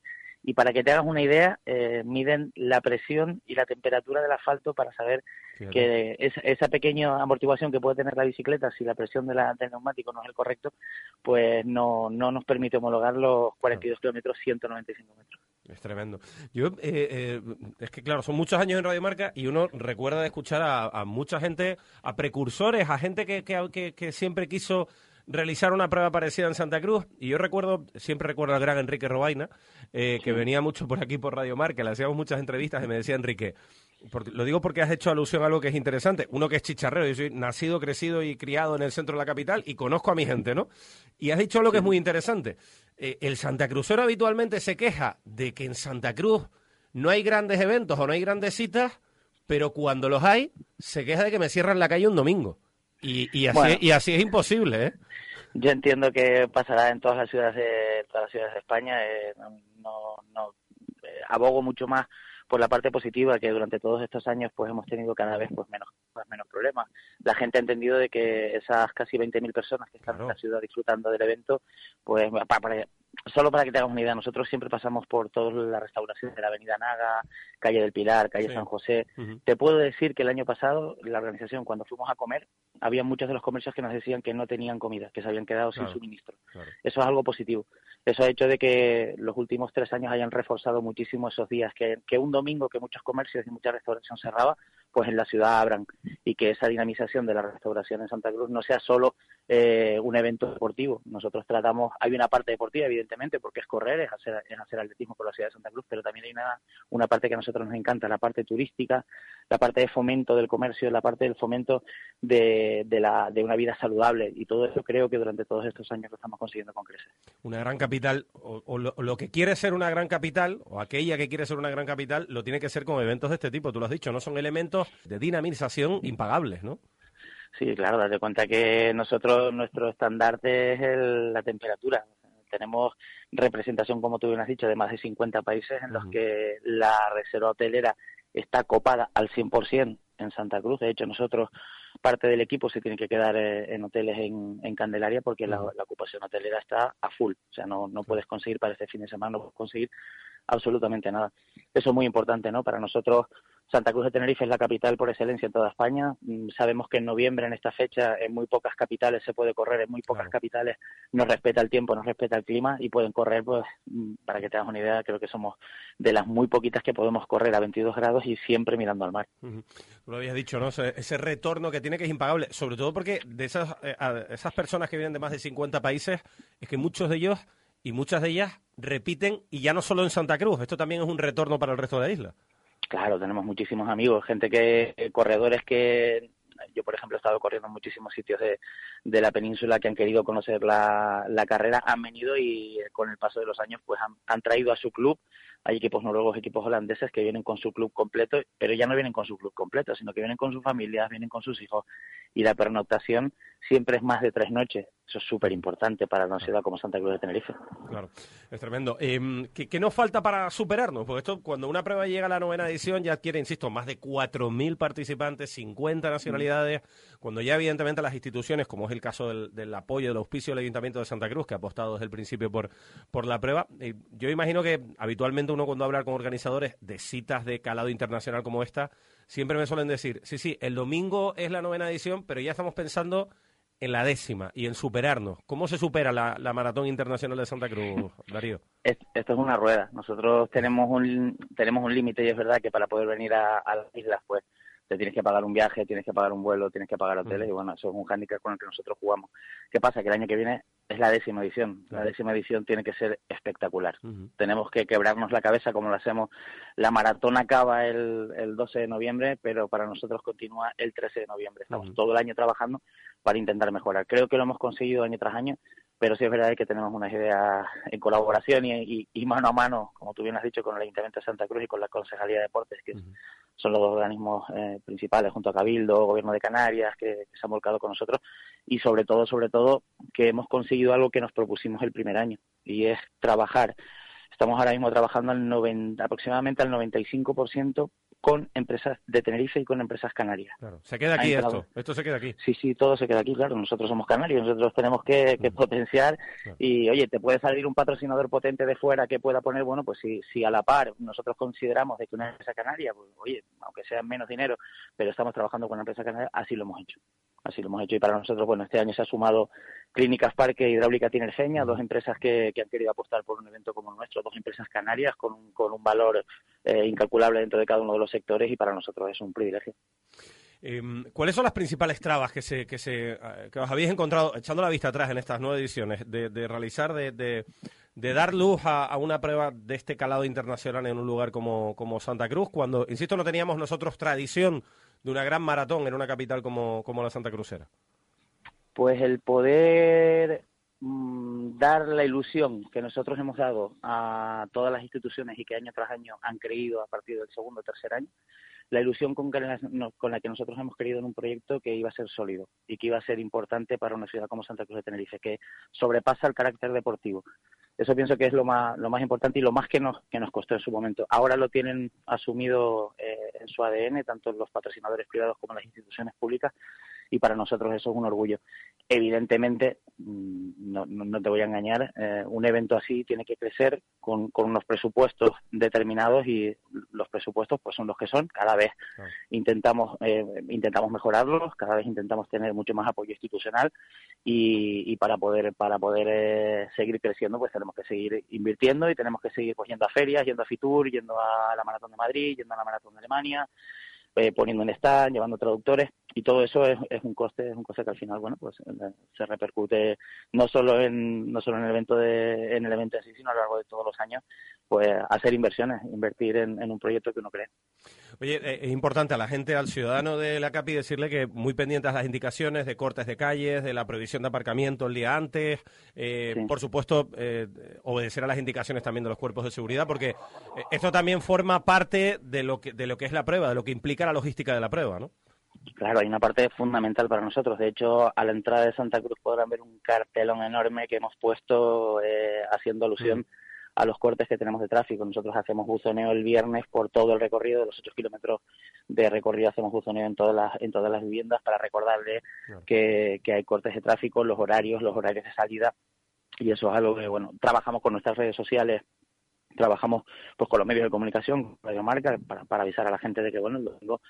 Y para que te hagas una idea, eh, miden la presión y la temperatura del asfalto para saber Fíjate. que esa, esa pequeña amortiguación que puede tener la bicicleta, si la presión de la, del neumático no es el correcto, pues no, no nos permite homologar los cuarenta y dos kilómetros, ciento noventa y cinco metros. Es tremendo. Yo, eh, eh, es que claro, son muchos años en Radio Marca y uno recuerda de escuchar a, a mucha gente, a precursores, a gente que, que, que, que siempre quiso realizar una prueba parecida en Santa Cruz. Y yo recuerdo, siempre recuerdo al gran Enrique Robaina, eh, que sí. venía mucho por aquí por Radio Marca, le hacíamos muchas entrevistas y me decía, Enrique, porque, lo digo porque has hecho alusión a algo que es interesante. Uno que es chicharrero, yo soy nacido, crecido y criado en el centro de la capital y conozco a mi gente, ¿no? Y has dicho algo que es muy interesante. Eh, el santacruzero habitualmente se queja de que en Santa Cruz no hay grandes eventos o no hay grandes citas, pero cuando los hay, se queja de que me cierran la calle un domingo. Y, y, así, bueno, y así es imposible, ¿eh? Yo entiendo que pasará en todas las ciudades de, todas las ciudades de España. Eh, no, no, no eh, abogo mucho más por la parte positiva, que durante todos estos años pues hemos tenido cada vez pues menos menos problemas. La gente ha entendido de que esas casi veinte mil personas que están claro. en la ciudad disfrutando del evento, pues para, para, solo para que te hagas una idea, nosotros siempre pasamos por toda la restauración de la Avenida Naga, Calle del Pilar, Calle sí. San José. Uh-huh. Te puedo decir que el año pasado, la organización, cuando fuimos a comer, había muchos de los comercios que nos decían que no tenían comida, que se habían quedado claro. sin suministro. Claro. Eso es algo positivo. Eso ha hecho de que los últimos tres años hayan reforzado muchísimo esos días, que, que un domingo que muchos comercios y mucha restauración cerraba, pues en la ciudad abran, y que esa dinamización de la restauración en Santa Cruz no sea solo eh, un evento deportivo. Nosotros tratamos, hay una parte deportiva evidentemente, porque es correr, es hacer, es hacer atletismo por la ciudad de Santa Cruz, pero también hay una, una parte que a nosotros nos encanta, la parte turística, la parte de fomento del comercio, la parte del fomento de, de, la, de una vida saludable, y todo eso creo que durante todos estos años lo estamos consiguiendo con creces. Una gran capital, o, o, lo, o lo que quiere ser una gran capital, o aquella que quiere ser una gran capital, lo tiene que ser con eventos de este tipo, tú lo has dicho, no son elementos de dinamización impagables, ¿no? Sí, claro, date cuenta que nosotros, nuestro estandarte es el, la temperatura. Tenemos representación, como tú bien has dicho, de más de cincuenta países en uh-huh. los que la reserva hotelera está copada al cien por ciento en Santa Cruz. De hecho, nosotros, parte del equipo se tiene que quedar eh, en hoteles en, en Candelaria porque uh-huh. la, la ocupación hotelera está a full. O sea, no, no puedes conseguir para este fin de semana, no puedes conseguir absolutamente nada. Eso es muy importante, ¿no? Para nosotros, Santa Cruz de Tenerife es la capital por excelencia en toda España. Sabemos que en noviembre, en esta fecha, en muy pocas capitales se puede correr, en muy pocas claro. capitales nos respeta el tiempo, nos respeta el clima y pueden correr, pues, para que te hagas una idea, creo que somos de las muy poquitas que podemos correr a veintidós grados y siempre mirando al mar. Uh-huh. Tú lo habías dicho, ¿no? Ese, ese retorno que tiene que es impagable, sobre todo porque de esas, eh, esas personas que vienen de más de cincuenta países, es que muchos de ellos y muchas de ellas repiten, y ya no solo en Santa Cruz, esto también es un retorno para el resto de la isla. Claro, tenemos muchísimos amigos, gente que, corredores que, yo por ejemplo he estado corriendo en muchísimos sitios de, de la península que han querido conocer la, la carrera, han venido y con el paso de los años pues han, han traído a su club. Hay equipos noruegos, equipos holandeses que vienen con su club completo, pero ya no vienen con su club completo, sino que vienen con sus familias, vienen con sus hijos, y la pernoctación siempre es más de tres noches. Eso es súper importante para una ciudad como Santa Cruz de Tenerife. Claro, es tremendo. Eh, ¿qué, ¿Qué nos falta para superarnos? Porque esto, cuando una prueba llega a la novena edición, ya adquiere, insisto, más de cuatro mil participantes, cincuenta nacionalidades, mm. cuando ya evidentemente las instituciones, como es el caso del, del apoyo, del auspicio del Ayuntamiento de Santa Cruz, que ha apostado desde el principio por, por la prueba, eh, yo imagino que habitualmente uno cuando habla con organizadores de citas de calado internacional como esta, siempre me suelen decir, sí, sí, el domingo es la novena edición, pero ya estamos pensando en la décima y en superarnos. ¿Cómo se supera la, la Maratón Internacional de Santa Cruz, Darío? Esto es una rueda. Nosotros tenemos un tenemos un límite, y es verdad que para poder venir a, a las islas, pues, te tienes que pagar un viaje, tienes que pagar un vuelo, tienes que pagar hoteles, uh-huh. y bueno, eso es un hándicap con el que nosotros jugamos. ¿Qué pasa? Que el año que viene es la décima edición. Claro. La décima edición tiene que ser espectacular. Uh-huh. Tenemos que quebrarnos la cabeza como lo hacemos. La maratón acaba el, el doce de noviembre, pero para nosotros continúa el trece de noviembre. Estamos uh-huh. todo el año trabajando para intentar mejorar. Creo que lo hemos conseguido año tras año, pero sí es verdad que tenemos unas ideas en colaboración y, y, y mano a mano, como tú bien has dicho, con el Ayuntamiento de Santa Cruz y con la Concejalía de Deportes, que uh-huh. son los dos organismos eh, principales, junto a Cabildo, Gobierno de Canarias, que, que se han volcado con nosotros, y sobre todo, sobre todo, que hemos conseguido algo que nos propusimos el primer año, y es trabajar. Estamos ahora mismo trabajando al noventa, aproximadamente al noventa y cinco por ciento con empresas de Tenerife y con empresas canarias. Claro. Se queda aquí esto, esto se queda aquí. Sí, sí, todo se queda aquí, claro. Nosotros somos canarios, nosotros tenemos que, que potenciar Claro. y, oye, te puede salir un patrocinador potente de fuera que pueda poner, bueno, pues si, si a la par nosotros consideramos de que una empresa canaria, pues, oye, aunque sea menos dinero, pero estamos trabajando con una empresa canaria, así lo hemos hecho. Así lo hemos hecho y para nosotros, bueno, este año se ha sumado Clínicas Parque Hidráulica Tinerfeña, dos empresas que, que han querido apostar por un evento como el nuestro, dos empresas canarias con un, con un valor eh, incalculable dentro de cada uno de los sectores y para nosotros es un privilegio. Eh, ¿Cuáles son las principales trabas que se que se que os habéis encontrado echando la vista atrás en estas nueve ediciones de, de realizar, de, de, de dar luz a, a una prueba de este calado internacional en un lugar como, como Santa Cruz, cuando, insisto, no teníamos nosotros tradición de una gran maratón en una capital como, como la Santa Crucera? Pues el poder mmm, dar la ilusión que nosotros hemos dado a todas las instituciones y que año tras año han creído a partir del segundo o tercer año, la ilusión con, que, no, con la que nosotros hemos creído en un proyecto que iba a ser sólido y que iba a ser importante para una ciudad como Santa Cruz de Tenerife, que sobrepasa el carácter deportivo. Eso pienso que es lo más lo más importante y lo más que nos que nos costó en su momento. Ahora lo tienen asumido eh, en su A D N, tanto los patrocinadores privados como las instituciones públicas, y para nosotros eso es un orgullo. Evidentemente, no, no, no te voy a engañar, eh, un evento así tiene que crecer con, con unos presupuestos determinados y los presupuestos pues son los que son. Cada vez ah. intentamos eh, intentamos mejorarlos, cada vez intentamos tener mucho más apoyo institucional y, y para poder para poder eh, seguir creciendo pues tenemos que seguir invirtiendo y tenemos que seguir pues, yendo a ferias, yendo a Fitur, yendo a la Maratón de Madrid, yendo a la Maratón de Alemania, eh, poniendo en stand, llevando traductores, y todo eso es, es un coste, es un coste que al final, bueno, pues se repercute no solo en no solo en el evento de en el evento en sí, sino a lo largo de todos los años, pues hacer inversiones, invertir en, en un proyecto que uno cree. Oye, eh, es importante a la gente, al ciudadano de la CAPI, decirle que muy pendientes las indicaciones de cortes de calles, de la prohibición de aparcamiento el día antes, eh, sí. por supuesto, eh, obedecer a las indicaciones también de los cuerpos de seguridad, porque eh, esto también forma parte de lo que de lo que es la prueba, de lo que implica la logística de la prueba, ¿no? Claro, hay una parte fundamental para nosotros. De hecho, a la entrada de Santa Cruz podrán ver un cartelón enorme que hemos puesto eh, haciendo alusión mm. a los cortes que tenemos de tráfico. Nosotros hacemos buzoneo el viernes por todo el recorrido, de los ocho kilómetros de recorrido hacemos buzoneo en todas las en todas las viviendas para recordarles claro. que, que hay cortes de tráfico, los horarios, los horarios de salida, y eso es algo que, bueno, trabajamos con nuestras redes sociales, trabajamos pues con los medios de comunicación, Radio Marca, para, para avisar a la gente de que, bueno, el domingo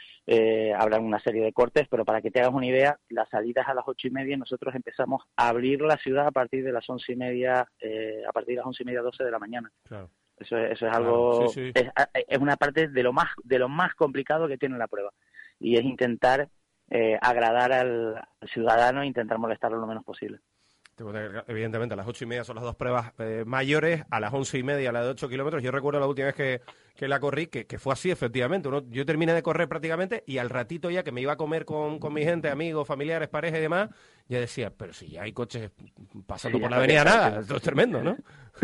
Eh, habrá una serie de cortes, pero para que te hagas una idea, las salidas a las ocho y media, nosotros empezamos a abrir la ciudad a partir de las once y media, eh, a partir de las once y media, doce de la mañana. Claro. Eso es, eso es algo, claro, sí, sí. Es, es una parte de lo más de lo más complicado que tiene la prueba, y es intentar eh, agradar al, al ciudadano e intentar molestarlo lo menos posible. Evidentemente, a las ocho y media son las dos pruebas eh, mayores, a las once y media la de ocho kilómetros. Yo recuerdo la última vez que, que la corrí, que, que fue así, efectivamente. Uno, yo terminé de correr prácticamente y al ratito ya que me iba a comer con, con mi gente, amigos, familiares, pareja y demás, ya decía, pero si ya hay coches pasando sí, por la avenida Naga, esto es tremendo, ¿no?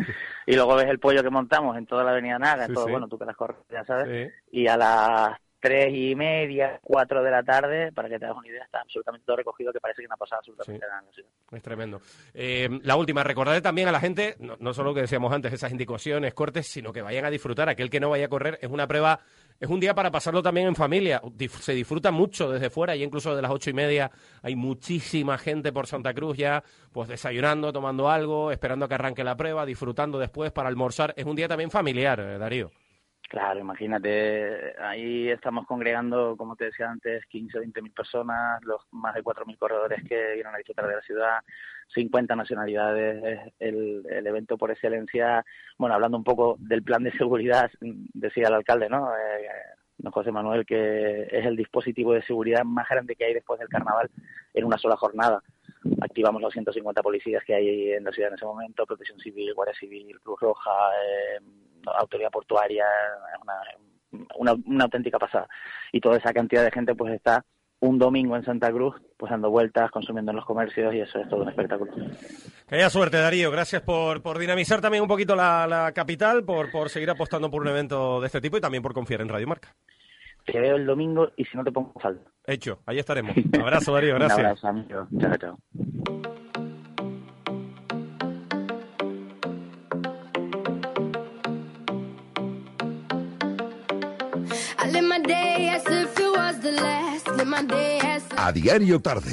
Y luego ves el pollo que montamos en toda la avenida Naga, sí, todo, sí. bueno, tú que las corres, ya sabes, sí. Y a las tres y media, cuatro de la tarde, para que te hagas una idea, está absolutamente todo recogido, que parece que no ha pasado absolutamente sí. nada en la ciudad. Es tremendo. Eh, la última, recordaré también a la gente, no, no solo lo que decíamos antes, esas indicaciones, cortes, sino que vayan a disfrutar. Aquel que no vaya a correr es una prueba, es un día para pasarlo también en familia. Se disfruta mucho desde fuera y incluso de las ocho y media hay muchísima gente por Santa Cruz ya, pues desayunando, tomando algo, esperando a que arranque la prueba, disfrutando después para almorzar. Es un día también familiar, eh, Darío. Claro, imagínate, ahí estamos congregando, como te decía antes, quince o veinte mil personas, los más de cuatro mil corredores que vienen a disfrutar de la ciudad, cincuenta nacionalidades, el, el evento por excelencia. Bueno, hablando un poco del plan de seguridad, decía el alcalde, ¿no? Eh, don José Manuel, que es el dispositivo de seguridad más grande que hay después del carnaval en una sola jornada. Activamos los ciento cincuenta policías que hay en la ciudad en ese momento, Protección Civil, Guardia Civil, Cruz Roja, eh, Autoridad Portuaria, una, una, una auténtica pasada. Y toda esa cantidad de gente pues está un domingo en Santa Cruz, pues dando vueltas, consumiendo en los comercios, y eso es todo un espectáculo. Que haya suerte, Darío. Gracias por, por dinamizar también un poquito la, la capital, por, por seguir apostando por un evento de este tipo y también por confiar en Radio Marca. Te veo el domingo y si no te pongo falta. Hecho, ahí estaremos. Un abrazo, Darío, gracias. Un abrazo, amigo. Chao, chao. I let A Diario Tarde.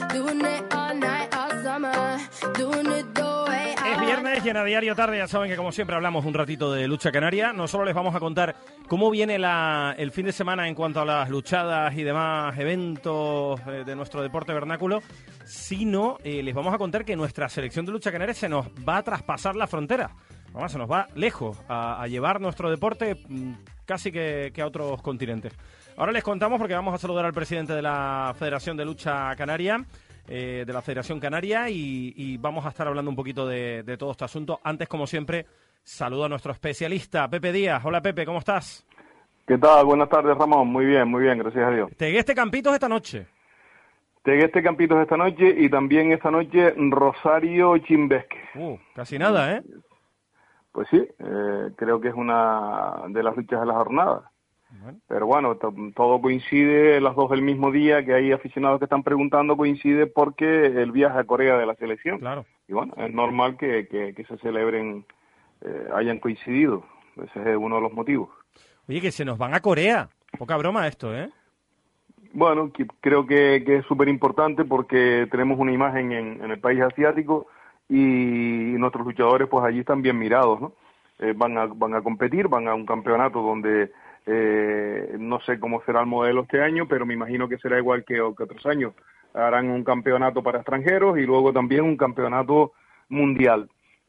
Es viernes y en A Diario Tarde ya saben que como siempre hablamos un ratito de lucha canaria. No solo les vamos a contar cómo viene la, el fin de semana en cuanto a las luchadas y demás eventos eh, de nuestro deporte vernáculo, sino eh, les vamos a contar que nuestra selección de lucha canaria se nos va a traspasar la frontera. Vamos, se nos va lejos a, a llevar nuestro deporte mmm, casi que, que a otros continentes. Ahora les contamos porque vamos a saludar al presidente de la Federación de Lucha Canaria, eh, de la Federación Canaria, y, y vamos a estar hablando un poquito de, de todo este asunto. Antes, como siempre, saludo a nuestro especialista, Pepe Díaz. Hola, Pepe, ¿cómo estás? ¿Qué tal? Buenas tardes, Ramón. Muy bien, muy bien, gracias a Dios. Tegueste Campitos esta noche. Tegueste Campitos esta noche y también esta noche Rosario Chimbesque. Uh, casi nada, ¿eh? Pues sí, eh, creo que es una de las luchas de la jornada. Bueno. Pero bueno, to todo coincide, las dos del mismo día, que hay aficionados que están preguntando, coincide porque el viaje a Corea de la selección. Claro. Y bueno, es normal que, que, que se celebren, eh, hayan coincidido. Ese es uno de los motivos. Oye, que se nos van a Corea. Poca broma esto, ¿eh? Bueno, que, creo que, que es súper importante porque tenemos una imagen en, en el país asiático y nuestros luchadores pues allí están bien mirados, ¿no? Eh, van a van a competir, van a un campeonato donde eh, no sé cómo será el modelo este año, pero me imagino que será igual que, que otros años. Harán un campeonato para extranjeros y luego también un campeonato mundial.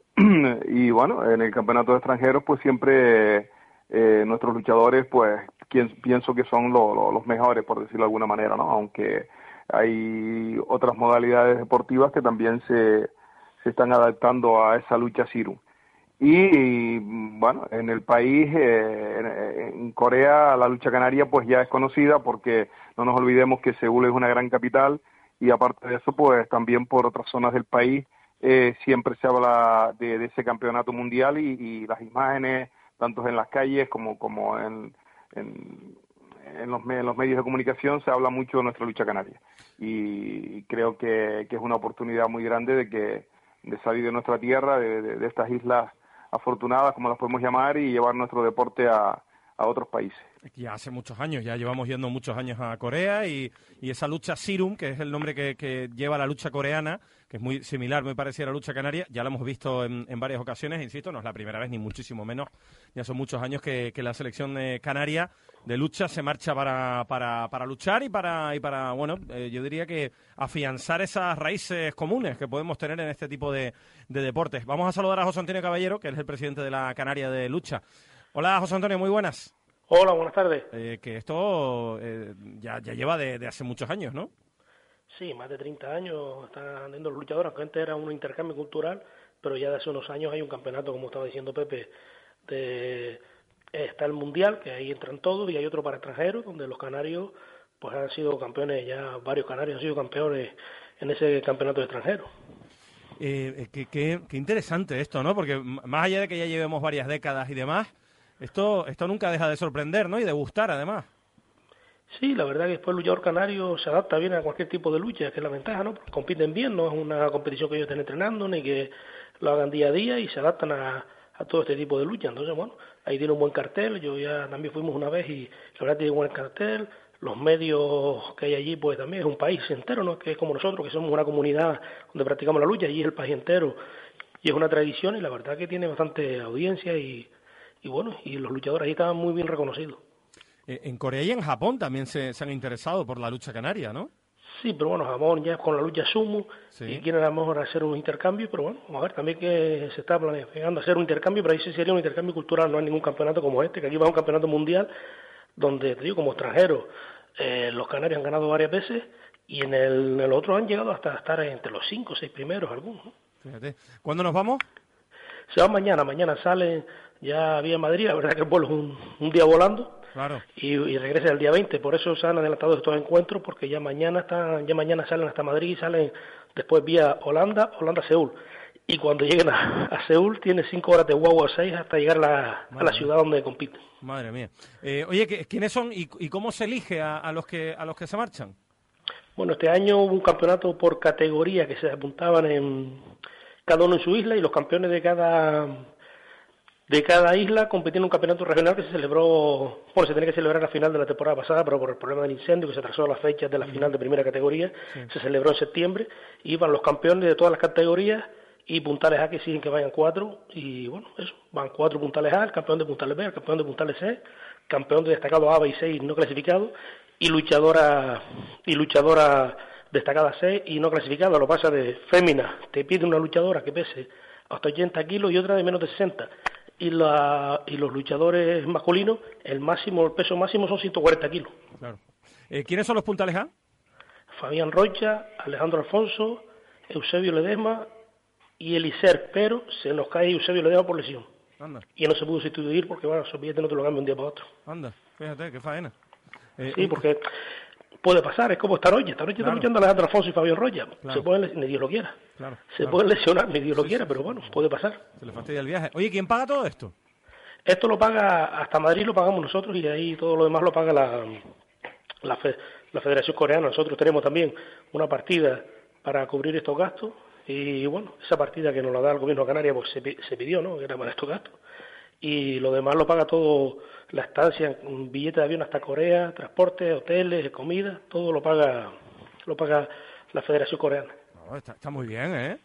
Y bueno, en el campeonato de extranjeros pues siempre eh, nuestros luchadores pues quien, pienso que son lo, lo, los mejores, por decirlo de alguna manera, ¿no? Aunque hay otras modalidades deportivas que también se se están adaptando a esa lucha Sirum. Y, bueno, en el país, eh, en Corea, la lucha canaria pues ya es conocida porque no nos olvidemos que Seúl es una gran capital y aparte de eso, pues también por otras zonas del país eh, siempre se habla de, de ese campeonato mundial y, y las imágenes, tanto en las calles como, como en, en, en, los, en los medios de comunicación, se habla mucho de nuestra lucha canaria. Y creo que, que es una oportunidad muy grande de que de salir de nuestra tierra, de, de, de estas islas afortunadas, como las podemos llamar, y llevar nuestro deporte a, a otros países. Ya hace muchos años, ya llevamos yendo muchos años a Corea y, y esa lucha Sirum, que es el nombre que, que lleva la lucha coreana, que es muy similar, muy parecida a la lucha canaria, ya la hemos visto en, en varias ocasiones, insisto, no es la primera vez ni muchísimo menos, ya son muchos años que, que la selección eh, canaria de lucha se marcha para, para, para luchar y para, y para bueno, eh, yo diría que afianzar esas raíces comunes que podemos tener en este tipo de, de deportes. Vamos a saludar a José Antonio Caballero, que es el presidente de la Canaria de Lucha. Hola, José Antonio, muy buenas. Hola, buenas tardes. Eh, que esto eh, ya, ya lleva de, de hace muchos años, ¿no? Sí, más de treinta años están andando los luchadores, aunque antes era un intercambio cultural, pero ya de hace unos años hay un campeonato, como estaba diciendo Pepe, de, está el Mundial, que ahí entran todos, y hay otro para extranjeros, donde los canarios pues han sido campeones, ya varios canarios han sido campeones en ese campeonato de extranjeros. Eh, qué, qué, qué interesante esto, ¿no? Porque más allá de que ya llevemos varias décadas y demás, esto esto nunca deja de sorprender, ¿no? Y de gustar, además. Sí, la verdad que después el luchador canario se adapta bien a cualquier tipo de lucha, que es la ventaja, ¿no? Porque compiten bien, no es una competición que ellos estén entrenando, ni que lo hagan día a día y se adaptan a, a todo este tipo de lucha. Entonces, bueno, ahí tiene un buen cartel, yo ya también fuimos una vez y la verdad tiene un buen cartel. Los medios que hay allí, pues también es un país entero, ¿no? Que es como nosotros, que somos una comunidad donde practicamos la lucha, allí es el país entero y es una tradición y la verdad que tiene bastante audiencia y, y bueno, y los luchadores ahí estaban muy bien reconocidos. Eh, en Corea y en Japón también se, se han interesado por la lucha canaria, ¿no? Sí, pero bueno, Japón ya con la lucha sumo sí. Y quieren a lo mejor hacer un intercambio, pero bueno, vamos a ver, también que se está planeando hacer un intercambio, pero ahí sí sería un intercambio cultural, no hay ningún campeonato como este, que aquí va a un campeonato mundial donde, te digo, como extranjeros, eh, los canarios han ganado varias veces y en el, en el otro han llegado hasta estar entre los cinco o seis primeros algunos, ¿no? Fíjate. ¿Cuándo nos vamos? Se van mañana, mañana salen ya vía Madrid, la verdad que el vuelo es un, un día volando. Claro. Y, y regresa el día veinte, por eso se han adelantado estos encuentros, porque ya mañana están, ya mañana salen hasta Madrid y salen después vía Holanda, Holanda-Seúl. Y cuando lleguen a, a Seúl, tiene cinco horas de guagua seis hasta llegar a la, a la ciudad donde compiten. Madre mía. Eh, oye, ¿quiénes son y, y cómo se elige a, a los que a los que se marchan? Bueno, este año hubo un campeonato por categoría que se apuntaban en cada uno en su isla y los campeones de cada de cada isla compitiendo en un campeonato regional que se celebró, bueno, se tenía que celebrar a final de la temporada pasada, pero por el problema del incendio que se atrasó las fechas de la final de primera categoría, sí. se celebró en septiembre, iban los campeones de todas las categorías y puntales A que siguen que vayan cuatro, y bueno, eso, van cuatro puntales A, el campeón de puntales B, el campeón de puntales C, campeón de destacado A, B y C no clasificado, y luchadora, y luchadora destacada C y no clasificada. Lo pasa de fémina, te pide una luchadora que pese hasta ochenta kilos y otra de menos de sesenta. Y, la, y los luchadores masculinos, el máximo, el peso máximo son ciento cuarenta kilos. Claro. Eh, ¿Quiénes son los puntales A? Fabián Rocha, Alejandro Alfonso, Eusebio Ledesma y Elicer, pero se nos cae Eusebio Ledesma por lesión. Anda. Y no se pudo sustituir porque, bueno, esos billetes no te lo cambian de un día para otro. Anda, fíjate, qué faena. Eh, sí, porque puede pasar, es como esta noche. Esta noche claro. está luchando Alejandro Alfonso y Fabián Rocha. Claro. Se pueden, ni Dios lo quiera. Claro, se claro. pueden lesionar, ni Dios lo sí, quiera, sí, pero bueno, puede pasar. Se le fastidia el viaje. Oye, ¿quién paga todo esto? Esto lo paga, hasta Madrid lo pagamos nosotros y ahí todo lo demás lo paga la, la, fe, la Federación Coreana. Nosotros tenemos también una partida para cubrir estos gastos y bueno, esa partida que nos la da el Gobierno de Canarias pues se, se pidió, ¿no?, que era para estos gastos. Y lo demás lo paga todo, la estancia, un billete de avión hasta Corea, transporte, hoteles, comida, todo lo paga lo paga la Federación Coreana. No, está, está muy bien, ¿eh?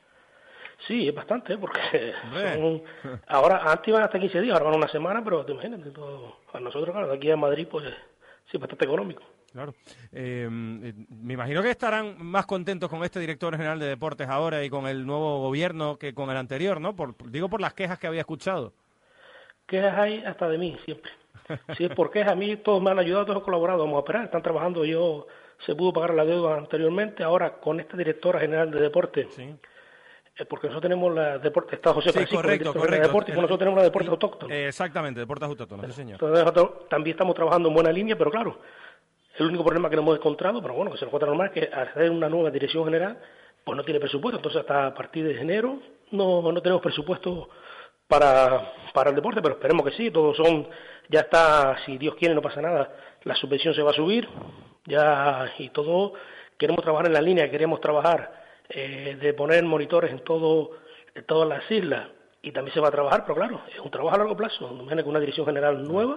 Sí, es bastante, ¿eh? Porque son, ahora, antes iban hasta quince días, ahora van una semana, pero te imaginas, todo, a nosotros, claro, de aquí a Madrid, pues sí, bastante económico. Claro. Eh, me imagino que estarán más contentos con este director general de deportes ahora y con el nuevo gobierno que con el anterior, ¿no? Por, digo por las quejas que había escuchado. Quejas hay hasta de mí, siempre. Si es por quejas, a mí todos me han ayudado, todos han colaborado, vamos a esperar, están trabajando, yo se pudo pagar la deuda anteriormente, ahora con esta directora general de deportes, sí. eh, porque nosotros tenemos la deporte, está José Francisco, sí, correcto, correcto. De deportes, y nosotros tenemos la deportes sí, autóctonos. Eh, exactamente, deportes autóctonos, sí señor. Entonces nosotros también estamos trabajando en buena línea, pero claro, el único problema que no hemos encontrado, pero bueno, que se nos encuentra normal, es que al hacer una nueva dirección general, pues no tiene presupuesto, entonces hasta a partir de enero no, no tenemos presupuesto para, para el deporte, pero esperemos que sí, todos son, ya está, si Dios quiere no pasa nada, la subvención se va a subir, ya, y todo, queremos trabajar en la línea, queremos trabajar eh, de poner monitores en todo, en todas las islas, y también se va a trabajar, pero claro, es un trabajo a largo plazo, no viene con una dirección general nueva,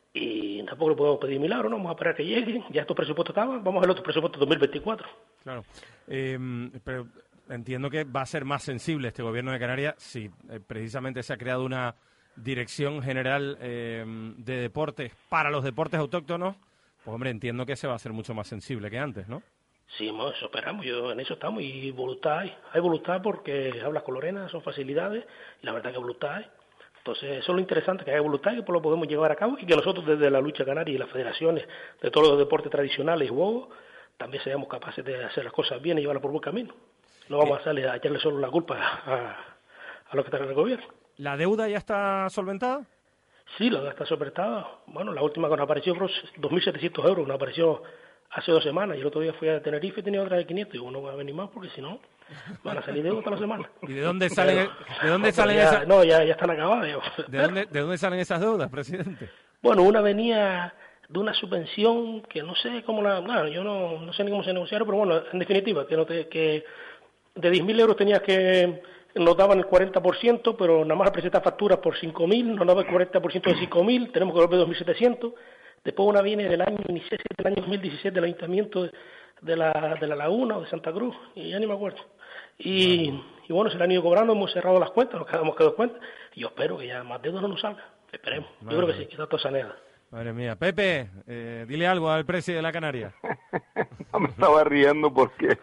y tampoco le podemos pedir milagro, ¿no? Vamos a esperar que lleguen, ya estos presupuestos estaban, vamos a ver los otros presupuestos dos mil veinticuatro. Claro, eh, pero entiendo que va a ser más sensible este gobierno de Canarias si eh, precisamente se ha creado una dirección general eh, de deportes para los deportes autóctonos, pues hombre, entiendo que se va a hacer mucho más sensible que antes, ¿no? Sí, bueno, eso esperamos, yo, en eso estamos, y voluntad hay, hay voluntad porque hablas con Lorena, son facilidades, y la verdad que voluntad hay. Entonces, eso es lo interesante, que haya voluntad y que pues lo podemos llevar a cabo y que nosotros desde la lucha canaria y las federaciones de todos los deportes tradicionales y juegos también seamos capaces de hacer las cosas bien y llevarlas por buen camino. No vamos a salir a echarle solo la culpa a, a los que están en el gobierno. ¿La deuda ya está solventada? Sí, la deuda está solventada. Bueno, la última que nos apareció fueron dos mil setecientos euros, nos apareció hace dos semanas y el otro día fui a Tenerife y tenía otra de quinientos y digo, no voy a venir más porque si no van a salir deudas toda la semana. ¿Y de dónde salen, ¿de dónde salen ya, esas? No, ya, ya están acabadas. ¿De dónde, ¿De dónde salen esas deudas, presidente? Bueno, una venía de una subvención que no sé cómo la... Bueno, yo no, no sé ni cómo se negociaron, pero bueno, en definitiva, que, no te, que de diez mil euros tenías que... Nos daban el cuarenta por ciento, pero nada más presentar facturas por cinco mil, nos daban el cuarenta por ciento de cinco mil, tenemos que volver dos mil setecientos. Después una viene del año del año dos mil diecisiete del Ayuntamiento de la, de la Laguna o de Santa Cruz, y ya ni me acuerdo. Y, bueno. y bueno, se le han ido cobrando, hemos cerrado las cuentas, nos hemos quedado cuentas, y yo espero que ya más deudas no nos salga. Esperemos. Madre yo creo que sí, que está todo saneada. Madre mía. Pepe, eh, dile algo al presidente de la Canaria. No, me estaba riendo porque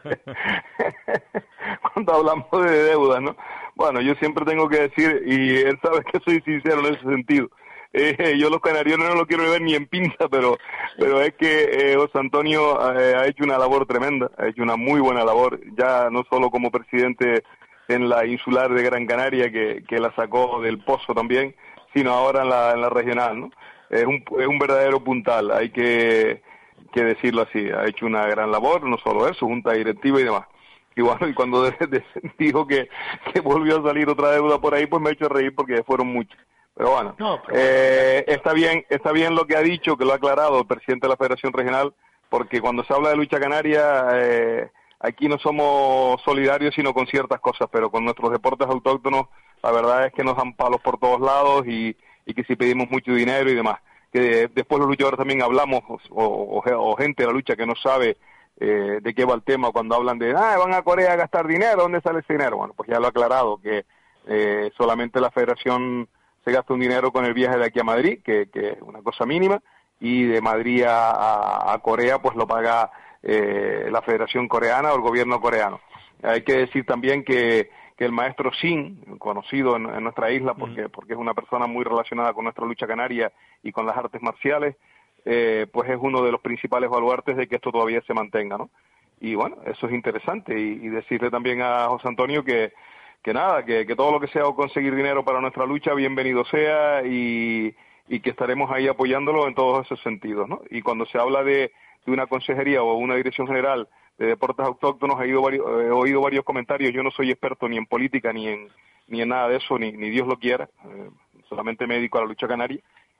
cuando hablamos de deuda, ¿no? Bueno, yo siempre tengo que decir, y él sabe que soy sincero en ese sentido, eh, yo los canarianos no lo quiero ver ni en pinza, pero pero es que eh, José Antonio eh, ha hecho una labor tremenda, ha hecho una muy buena labor, ya no solo como presidente en la insular de Gran Canaria, que, que la sacó del pozo también, sino ahora en la, en la regional, ¿no? Es un, es un verdadero puntal, hay que, que decirlo así, ha hecho una gran labor, no solo eso, junta directiva y demás. Y bueno, y cuando de, de, dijo que, que volvió a salir otra deuda por ahí, pues me ha hecho reír porque fueron muchas. Pero bueno, no, pero... Eh, está bien, está bien lo que ha dicho, que lo ha aclarado el presidente de la Federación Regional, porque cuando se habla de lucha canaria, eh, aquí no somos solidarios sino con ciertas cosas, pero con nuestros deportes autóctonos la verdad es que nos dan palos por todos lados y, y que si pedimos mucho dinero y demás. Que después los luchadores también hablamos, o, o, o gente de la lucha que no sabe eh, de qué va el tema cuando hablan de, ah, van a Corea a gastar dinero, ¿dónde sale ese dinero? Bueno, pues ya lo he aclarado, que eh, solamente la federación se gasta un dinero con el viaje de aquí a Madrid, que, que es una cosa mínima, y de Madrid a, a, a Corea pues lo paga eh, la Federación Coreana o el gobierno coreano. Hay que decir también que, que el maestro Shin, conocido en, en nuestra isla porque, porque es una persona muy relacionada con nuestra lucha canaria y con las artes marciales, eh, pues es uno de los principales baluartes de que esto todavía se mantenga, ¿no? Y bueno, eso es interesante, y, y decirle también a José Antonio que que nada, que, que todo lo que sea conseguir dinero para nuestra lucha, bienvenido sea, y, y que estaremos ahí apoyándolo en todos esos sentidos, ¿no? Y cuando se habla de, de una consejería o una dirección general de deportes autóctonos, he, ido varios, he oído varios comentarios. Yo no soy experto ni en política ni en ni en nada de eso, ni, ni Dios lo quiera, eh, solamente me dedico a la lucha canaria,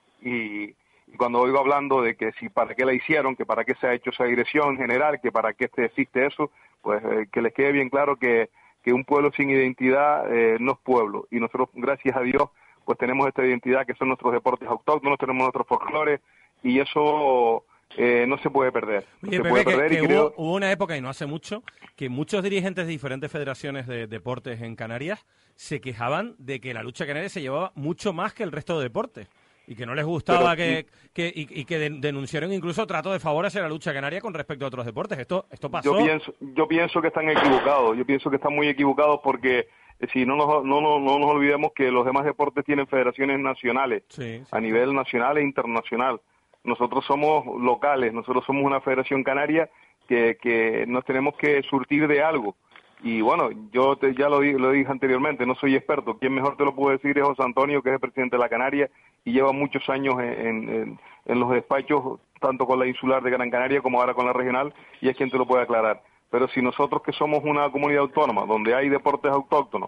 y, y cuando oigo hablando de que si para qué la hicieron, que para qué se ha hecho esa dirección general, que para qué existe eso, pues eh, que les quede bien claro que que un pueblo sin identidad eh, no es pueblo, y nosotros, gracias a Dios, pues tenemos esta identidad que son nuestros deportes autóctonos, tenemos nuestros folclores, y eso eh, no se puede perder. No Oye, se Pepe, puede que, perder que y hubo, creo... hubo una época, y no hace mucho, que muchos dirigentes de diferentes federaciones de deportes en Canarias se quejaban de que la lucha canaria se llevaba mucho más que el resto de deportes, y que no les gustaba Pero, que, que y, y que de, denunciaron incluso trato de favor hacia la lucha canaria con respecto a otros deportes. Esto esto pasó. Yo pienso, yo pienso que están equivocados, yo pienso que están muy equivocados porque eh, si no nos, no, no, no nos olvidemos que los demás deportes tienen federaciones nacionales, sí, sí, a nivel nacional e internacional. Nosotros somos locales, nosotros somos una federación canaria que, que nos tenemos que surtir de algo. Y bueno, yo te, ya lo, di, lo dije anteriormente, no soy experto. Quien mejor te lo puede decir es José Antonio, que es el presidente de la Canaria y lleva muchos años en, en, en los despachos, tanto con la insular de Gran Canaria como ahora con la regional, y es quien te lo puede aclarar. Pero si nosotros, que somos una comunidad autónoma, donde hay deportes autóctonos,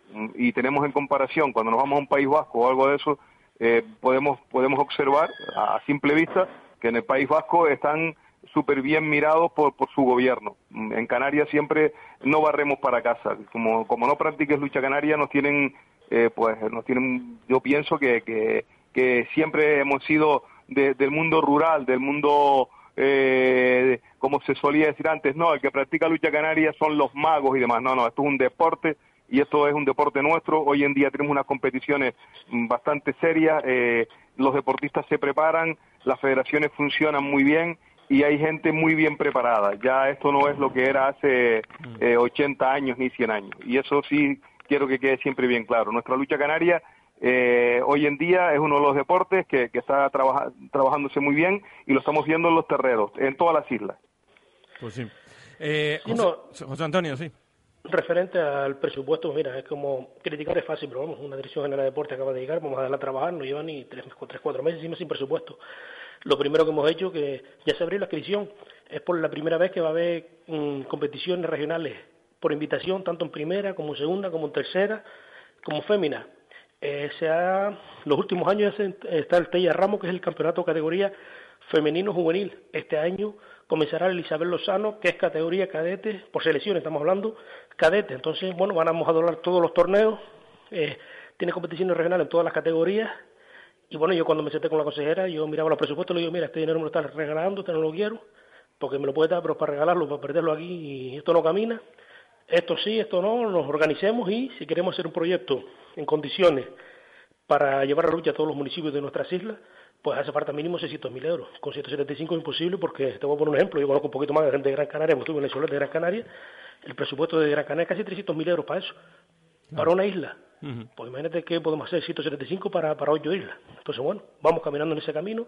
y tenemos en comparación, cuando nos vamos a un País Vasco o algo de eso, eh, podemos, podemos observar a simple vista que en el País Vasco están súper bien mirados por, por su gobierno. En Canarias siempre no barremos para casa. Como, como no practiques lucha canaria, nos tienen, eh, pues, nos tienen, yo pienso que, que, que siempre hemos sido de, del mundo rural, del mundo, eh, como se solía decir antes, no, el que practica lucha canaria son los magos y demás. No, no, esto es un deporte, y esto es un deporte nuestro. Hoy en día tenemos unas competiciones bastante serias, eh, los deportistas se preparan, las federaciones funcionan muy bien, y hay gente muy bien preparada. Ya esto no es lo que era hace eh, ochenta años ni cien años. Y eso sí quiero que quede siempre bien claro. Nuestra lucha canaria eh, hoy en día es uno de los deportes que, que está trabaja, trabajándose muy bien, y lo estamos viendo en los terrenos, en todas las islas. Pues sí. Eh, Sí, José, no. José Antonio, sí. Referente al presupuesto, mira, es como criticar es fácil, pero vamos, una dirección general de deporte acaba de llegar, vamos a darla a trabajar, no lleva ni tres, tres cuatro meses encima sin presupuesto. Lo primero que hemos hecho, que ya se abrió la inscripción, es por la primera vez que va a haber mmm, competiciones regionales por invitación, tanto en primera como en segunda, como en tercera, como fémina. Eh, se ha, los últimos años está el Tella Ramos, que es el campeonato categoría femenino juvenil. Este año comenzará el Isabel Lozano, que es categoría cadete, por selección estamos hablando, cadete. Entonces, bueno, vamos a doblar todos los torneos, eh, tiene competiciones regionales en todas las categorías. Y bueno, yo cuando me senté con la consejera, yo miraba los presupuestos y le digo, mira, este dinero me lo estás regalando, este no lo quiero, porque me lo puede dar, pero para regalarlo, para perderlo aquí, y esto no camina. Esto sí, esto no, nos organicemos, y si queremos hacer un proyecto en condiciones para llevar a la lucha a todos los municipios de nuestras islas, pues hace falta mínimo seiscientos mil euros. Con ciento setenta y cinco es imposible, porque te voy a poner un ejemplo, yo conozco un poquito más de gente de Gran Canaria, porque estuve en la isla de Gran Canaria, el presupuesto de Gran Canaria es casi trescientos mil euros para eso, no. Para una isla. Uh-huh. Pues imagínate que podemos hacer ciento setenta y cinco para, para ocho islas. Entonces, bueno, vamos caminando en ese camino.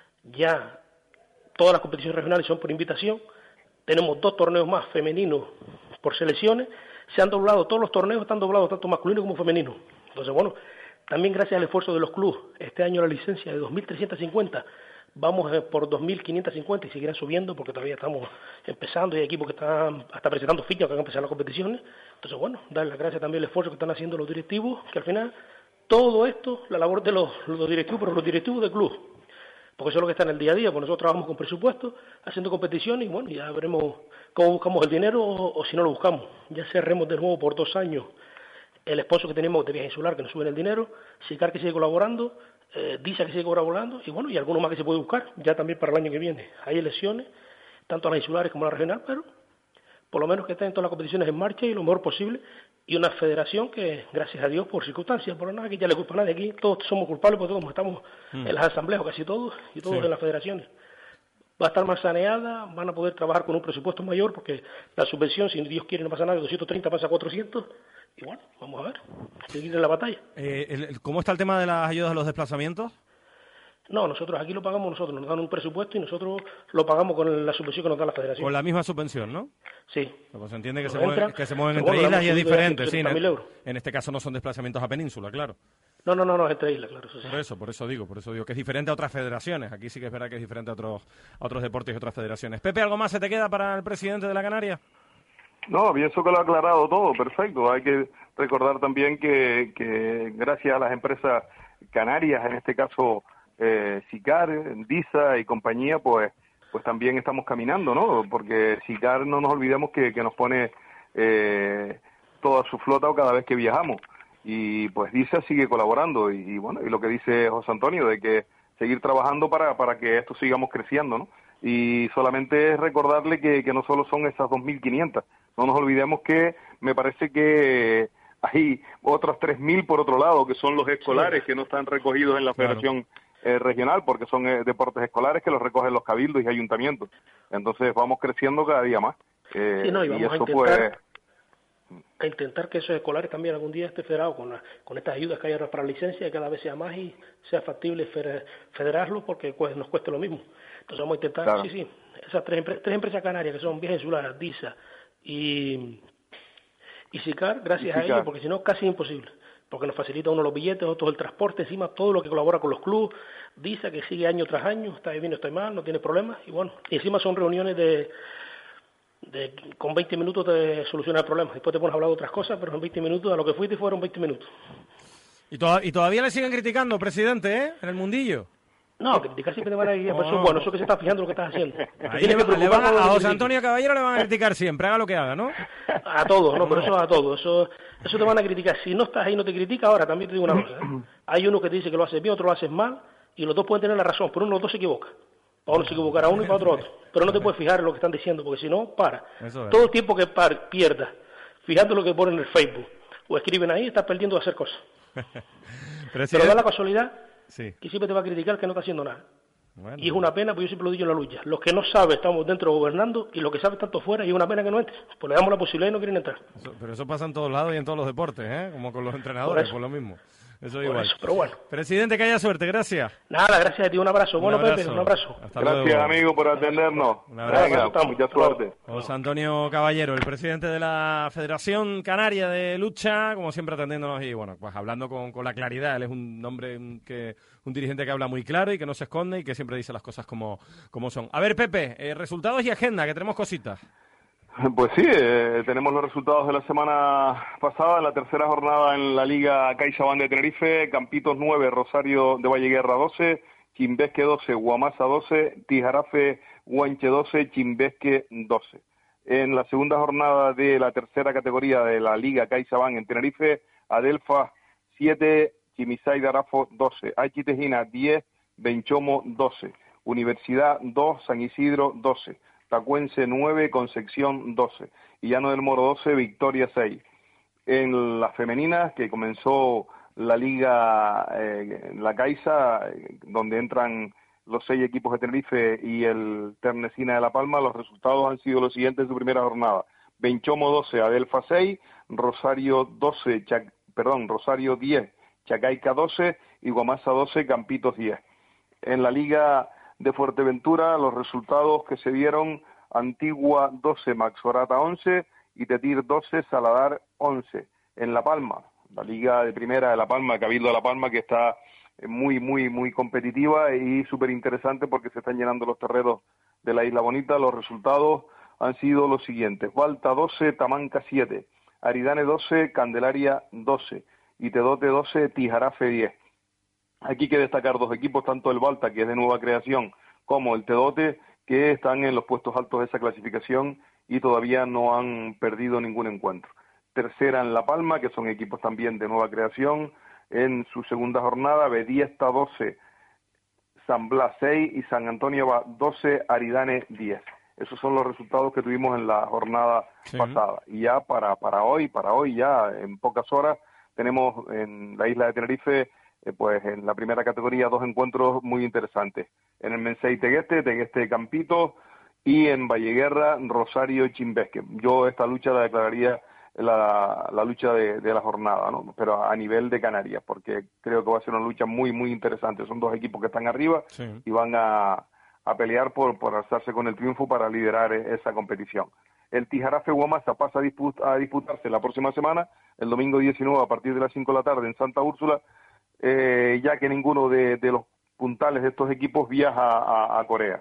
Ya todas las competiciones regionales son por invitación. Tenemos dos torneos más femeninos por selecciones. Se han doblado todos los torneos, están doblados tanto masculinos como femeninos. Entonces, bueno, también gracias al esfuerzo de los clubes, este año la licencia de dos mil trescientos cincuenta, vamos por dos mil quinientos cincuenta y seguirán subiendo, porque todavía estamos empezando y hay equipos que están hasta presentando fichas que van a empezar las competiciones. Entonces, bueno, darle las gracias también al esfuerzo que están haciendo los directivos, que al final todo esto, la labor de los, los directivos, pero los directivos del club, porque eso es lo que está en el día a día, pues nosotros trabajamos con presupuesto, haciendo competiciones, y bueno, ya veremos cómo buscamos el dinero, o, o si no lo buscamos. Ya cerremos de nuevo por dos años el esposo que tenemos de Viaje Insular, que nos suben el dinero, Sicar que sigue colaborando, eh, Disa que sigue colaborando, y bueno, y algunos más que se puede buscar, ya también para el año que viene. Hay elecciones, tanto las insulares como la regional, pero por lo menos que estén todas las competiciones en marcha y lo mejor posible, y una federación que, gracias a Dios, por circunstancias, por nada, que ya le culpa a nadie aquí, todos somos culpables porque todos estamos mm. en las asambleas, o casi todos, y todos sí. en las federaciones. Va a estar más saneada, van a poder trabajar con un presupuesto mayor, porque la subvención, si Dios quiere, no pasa nada, de doscientos treinta pasa a cuatrocientos, y bueno, vamos a ver, seguir en la batalla. Eh, el, ¿Cómo está el tema de las ayudas a los desplazamientos? No, nosotros aquí lo pagamos nosotros, nos dan un presupuesto y nosotros lo pagamos con la subvención que nos da la federación. Con la misma subvención, ¿no? Sí. Pues se entiende que, se, entra, mueven, que se mueven se entre islas y es diferente, sí. En, euros. en este caso no son desplazamientos a península, claro. No, no, no, no, es entre islas, claro. Eso sí. Por eso, por eso digo, por eso digo que es diferente a otras federaciones. Aquí sí que es verdad que es diferente a otros, a otros deportes y otras federaciones. Pepe, ¿algo más se te queda para el presidente de la Canaria? No, pienso que lo ha aclarado todo, perfecto. Hay que recordar también que, que gracias a las empresas canarias, en este caso eh, Sicar, Disa y compañía, pues pues también estamos caminando, ¿no? Porque Sicar, no nos olvidemos que, que nos pone eh, toda su flota cada vez que viajamos. Y pues Disa sigue colaborando y, y bueno, y lo que dice José Antonio, de que seguir trabajando para, para que esto sigamos creciendo, ¿no? Y solamente es recordarle que, que no solo son esas dos mil quinientas, no nos olvidemos que me parece que hay otras tres mil por otro lado, que son los escolares sí. que no están recogidos en la Federación claro. eh, Regional, porque son eh, deportes escolares que los recogen los cabildos y ayuntamientos. Entonces vamos creciendo cada día más. Eh, sí, no, y, vamos y eso a intentar, pues... a intentar que esos escolares también algún día esté federado con, la, con estas ayudas que hay ahora para licencia, y cada vez sea más y sea factible federarlos, porque pues, nos cueste lo mismo. Entonces vamos a intentar, claro. sí, sí, esas tres, tres empresas canarias que son Viaje Insular, Disa y, y Sicar, gracias y Sicar. a ellos, porque si no, casi imposible, porque nos facilita uno los billetes, otro el transporte, encima todo lo que colabora con los clubes, Disa que sigue año tras año, está bien, estoy mal, no tiene problemas, y bueno, y encima son reuniones de, de con veinte minutos te soluciona el problema, después te pones a hablar de otras cosas, pero en veinte minutos, a lo que fuiste fueron veinte minutos. Y, to y todavía le siguen criticando, presidente, ¿eh? En el mundillo. No, criticar siempre te van a ir, oh. eso es bueno, eso que se está fijando lo que estás haciendo. Ahí le, le van a, a José Antonio Caballero le van a criticar siempre, haga lo que haga, ¿no? A todos, no, pero eso a todos, eso eso te van a criticar. Si no estás ahí no te critica, ahora también te digo una cosa, ¿eh? Hay uno que te dice que lo haces bien, otro lo haces mal, y los dos pueden tener la razón, pero uno los dos se equivoca. Para uno se equivocará uno y para otro otro. Pero no te puedes fijar en lo que están diciendo, porque si no, para. Todo el tiempo que par pierdas, fijando lo que ponen en el Facebook, o escriben ahí, estás perdiendo de hacer cosas. Pero, pero da la casualidad sí. que siempre te va a criticar que no está haciendo nada. Bueno. Y es una pena, pues yo siempre lo digo en la lucha. Los que no saben estamos dentro gobernando y los que saben tanto fuera, y es una pena que no entren. Pues le damos la posibilidad y no quieren entrar. Eso, pero eso pasa en todos lados y en todos los deportes, ¿eh? Como con los entrenadores, por, por lo mismo. Eso es igual. Eso, pero bueno. Presidente, que haya suerte, gracias. Nada, gracias a ti, un abrazo. Un bueno, abrazo. Pepe, un abrazo. Hasta gracias, luego. Amigo, por atendernos. Un abrazo. Venga, Venga, mucha suerte. José Antonio Caballero, el presidente de la Federación Canaria de Lucha, como siempre atendiéndonos y, bueno, pues hablando con, con la claridad. Él es un hombre que, un dirigente que habla muy claro y que no se esconde y que siempre dice las cosas como, como son. A ver, Pepe, eh, resultados y agenda, que tenemos cositas. Pues sí, eh, tenemos los resultados de la semana pasada, en la tercera jornada en la Liga CaixaBank de Tenerife, Campitos nueve, Rosario de Valleguerra doce, Chimbesque doce, Guamasa doce, Tijarafe Guanche doce, Chimbesque doce. En la segunda jornada de la tercera categoría de la Liga CaixaBank en Tenerife, Adelfa siete, Chimisay de Arafo doce, Aichi Tejina diez, Benchomo doce, Universidad dos, San Isidro doce, Tacuense nueve, Concepción doce, y Llano del Moro doce, Victoria seis. En las femeninas, que comenzó la Liga, eh, la Caixa, eh, donde entran los seis equipos de Tenerife y el Ternesina de La Palma, los resultados han sido los siguientes en su primera jornada. Benchomo doce, Adelfa seis, Rosario doce, Chac, perdón, Rosario diez, Chacaica doce y Guamasa doce, Campitos diez. En la Liga de Fuerteventura, los resultados que se dieron: Antigua doce, Maxorata once y Tetir doce, Saladar once. En La Palma, la Liga de Primera de La Palma, Cabildo de La Palma, que está muy, muy, muy competitiva y súper interesante porque se están llenando los terrenos de la Isla Bonita. Los resultados han sido los siguientes: Balta doce, Tamanca siete, Aridane doce, Candelaria doce y Tedote doce, Tijarafe diez. Aquí hay que destacar dos equipos, tanto el Balta, que es de nueva creación, como el Tedote, que están en los puestos altos de esa clasificación y todavía no han perdido ningún encuentro. Tercera en La Palma, que son equipos también de nueva creación. En su segunda jornada, Bediesta doce, San Blas seis y San Antonio doce, Aridane diez. Esos son los resultados que tuvimos en la jornada sí. pasada. Y ya para, para hoy, para hoy ya en pocas horas, tenemos en la isla de Tenerife, eh, pues en la primera categoría, dos encuentros muy interesantes. En el Mensei Tegueste, Tegueste Campito, y en Valleguerra, Rosario Chimbesque. Yo esta lucha la declararía la, la lucha de, de la jornada, ¿no? Pero a nivel de Canarias, porque creo que va a ser una lucha muy, muy interesante. Son dos equipos que están arriba sí. y van a... a pelear por, por alzarse con el triunfo para liderar esa competición. El Tijarafe Guamasa pasa a, disput a disputarse la próxima semana, el domingo diecinueve a partir de las cinco de la tarde en Santa Úrsula, eh, ya que ninguno de, de los puntales de estos equipos viaja a, a Corea.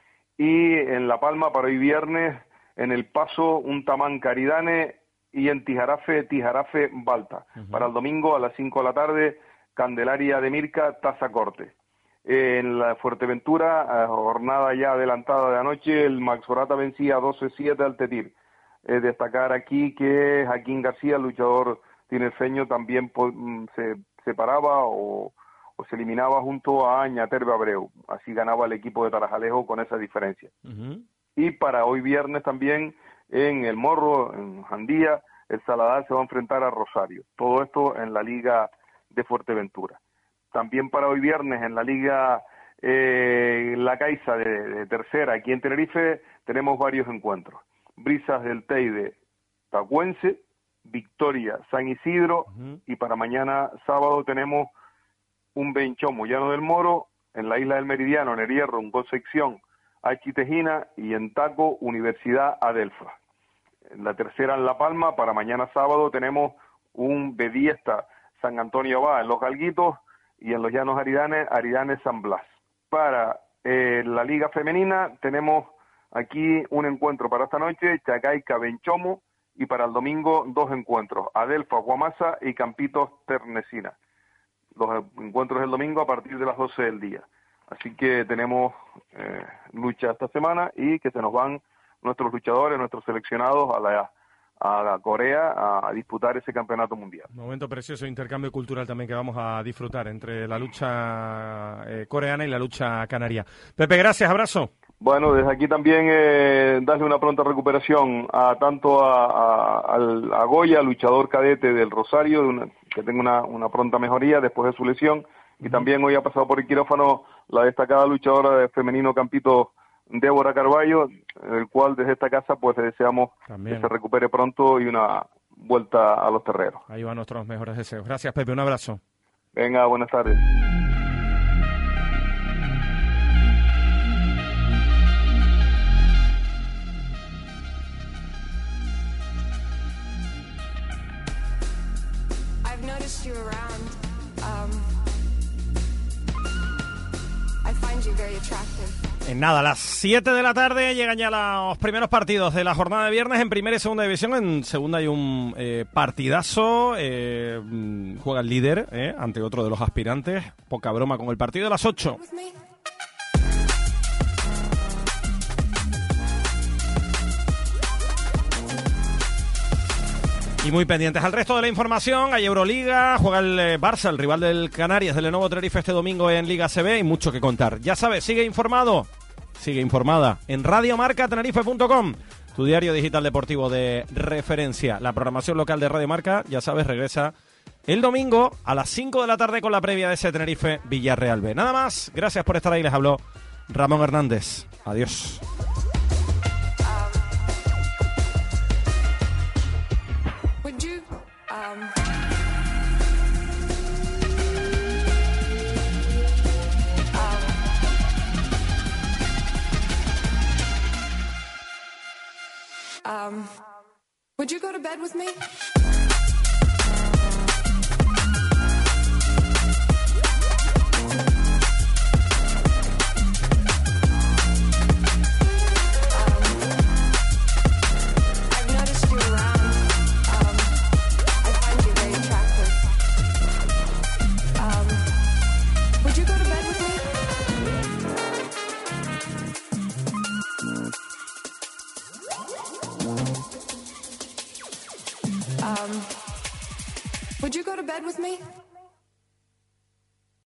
Y en La Palma para hoy viernes, en El Paso, un Tamanca Aridane, y en Tijarafe, Tijarafe Balta. Uh-huh. Para el domingo a las cinco de la tarde, Candelaria de Mirca, Taza Corte. En la Fuerteventura, jornada ya adelantada de anoche, el Maxorata vencía doce siete al Tetir. Eh, destacar aquí que Joaquín García, el luchador tinerfeño, también se separaba o, o se eliminaba junto a Ñaterbe Abreu. Así ganaba el equipo de Tarajalejo con esa diferencia. Uh-huh. Y para hoy viernes también, en El Morro, en Jandía, el Saladar se va a enfrentar a Rosario. Todo esto en la Liga de Fuerteventura. También para hoy viernes en la Liga eh, La Caixa de, de Tercera, aquí en Tenerife, tenemos varios encuentros. Brisas del Teide, Tacuense, Victoria, San Isidro, uh-huh. y para mañana sábado tenemos un Benchomo, Llano del Moro, en la Isla del Meridiano, en el Hierro, en Concepción, Achitejina y en Taco, Universidad Adelfa. En la Tercera en La Palma, para mañana sábado tenemos un Bediesta, San Antonio Abad, en Los Galguitos, y en los Llanos Aridanes, Aridanes San Blas. Para eh, la Liga Femenina tenemos aquí un encuentro para esta noche, Chacaica Benchomo, y para el domingo dos encuentros, Adelfa Guamasa y Campitos Ternesina. Los encuentros del domingo a partir de las doce del día. Así que tenemos eh, lucha esta semana y que se nos van nuestros luchadores, nuestros seleccionados a la a Corea a disputar ese campeonato mundial. Un momento precioso de intercambio cultural también que vamos a disfrutar entre la lucha eh, coreana y la lucha canaria. Pepe, gracias, abrazo. Bueno, desde aquí también eh, darle una pronta recuperación a tanto a, a, a Goya, luchador cadete del Rosario, de una, que tenga una, una pronta mejoría después de su lesión, y uh-huh. también hoy ha pasado por el quirófano la destacada luchadora de femenino Campito, Débora Carballo, el cual desde esta casa pues le deseamos también que se recupere pronto y una vuelta a los terreros. Ahí van nuestros mejores deseos. Gracias, Pepe, un abrazo. Venga, buenas tardes. I've noticed you around. Um, I find you very attractive. En nada, a las siete de la tarde llegan ya los primeros partidos de la jornada de viernes en primera y segunda división. En segunda hay un eh, partidazo, eh, juega el líder eh, ante otro de los aspirantes. Poca broma con el partido de las ocho. Y muy pendientes al resto de la información. Hay Euroliga, juega el eh, Barça, el rival del Canarias, del Lenovo Tenerife este domingo en Liga A C B, y mucho que contar. Ya sabes, sigue informado, sigue informada en radio marca tenerife punto com, tu diario digital deportivo de referencia. La programación local de Radio Marca, ya sabes, regresa el domingo a las cinco de la tarde con la previa de ese Tenerife Villarreal B. Nada más, gracias por estar ahí, les habló Ramón Hernández. Adiós. Um, would you go to bed with me? Um, would you go to bed with me?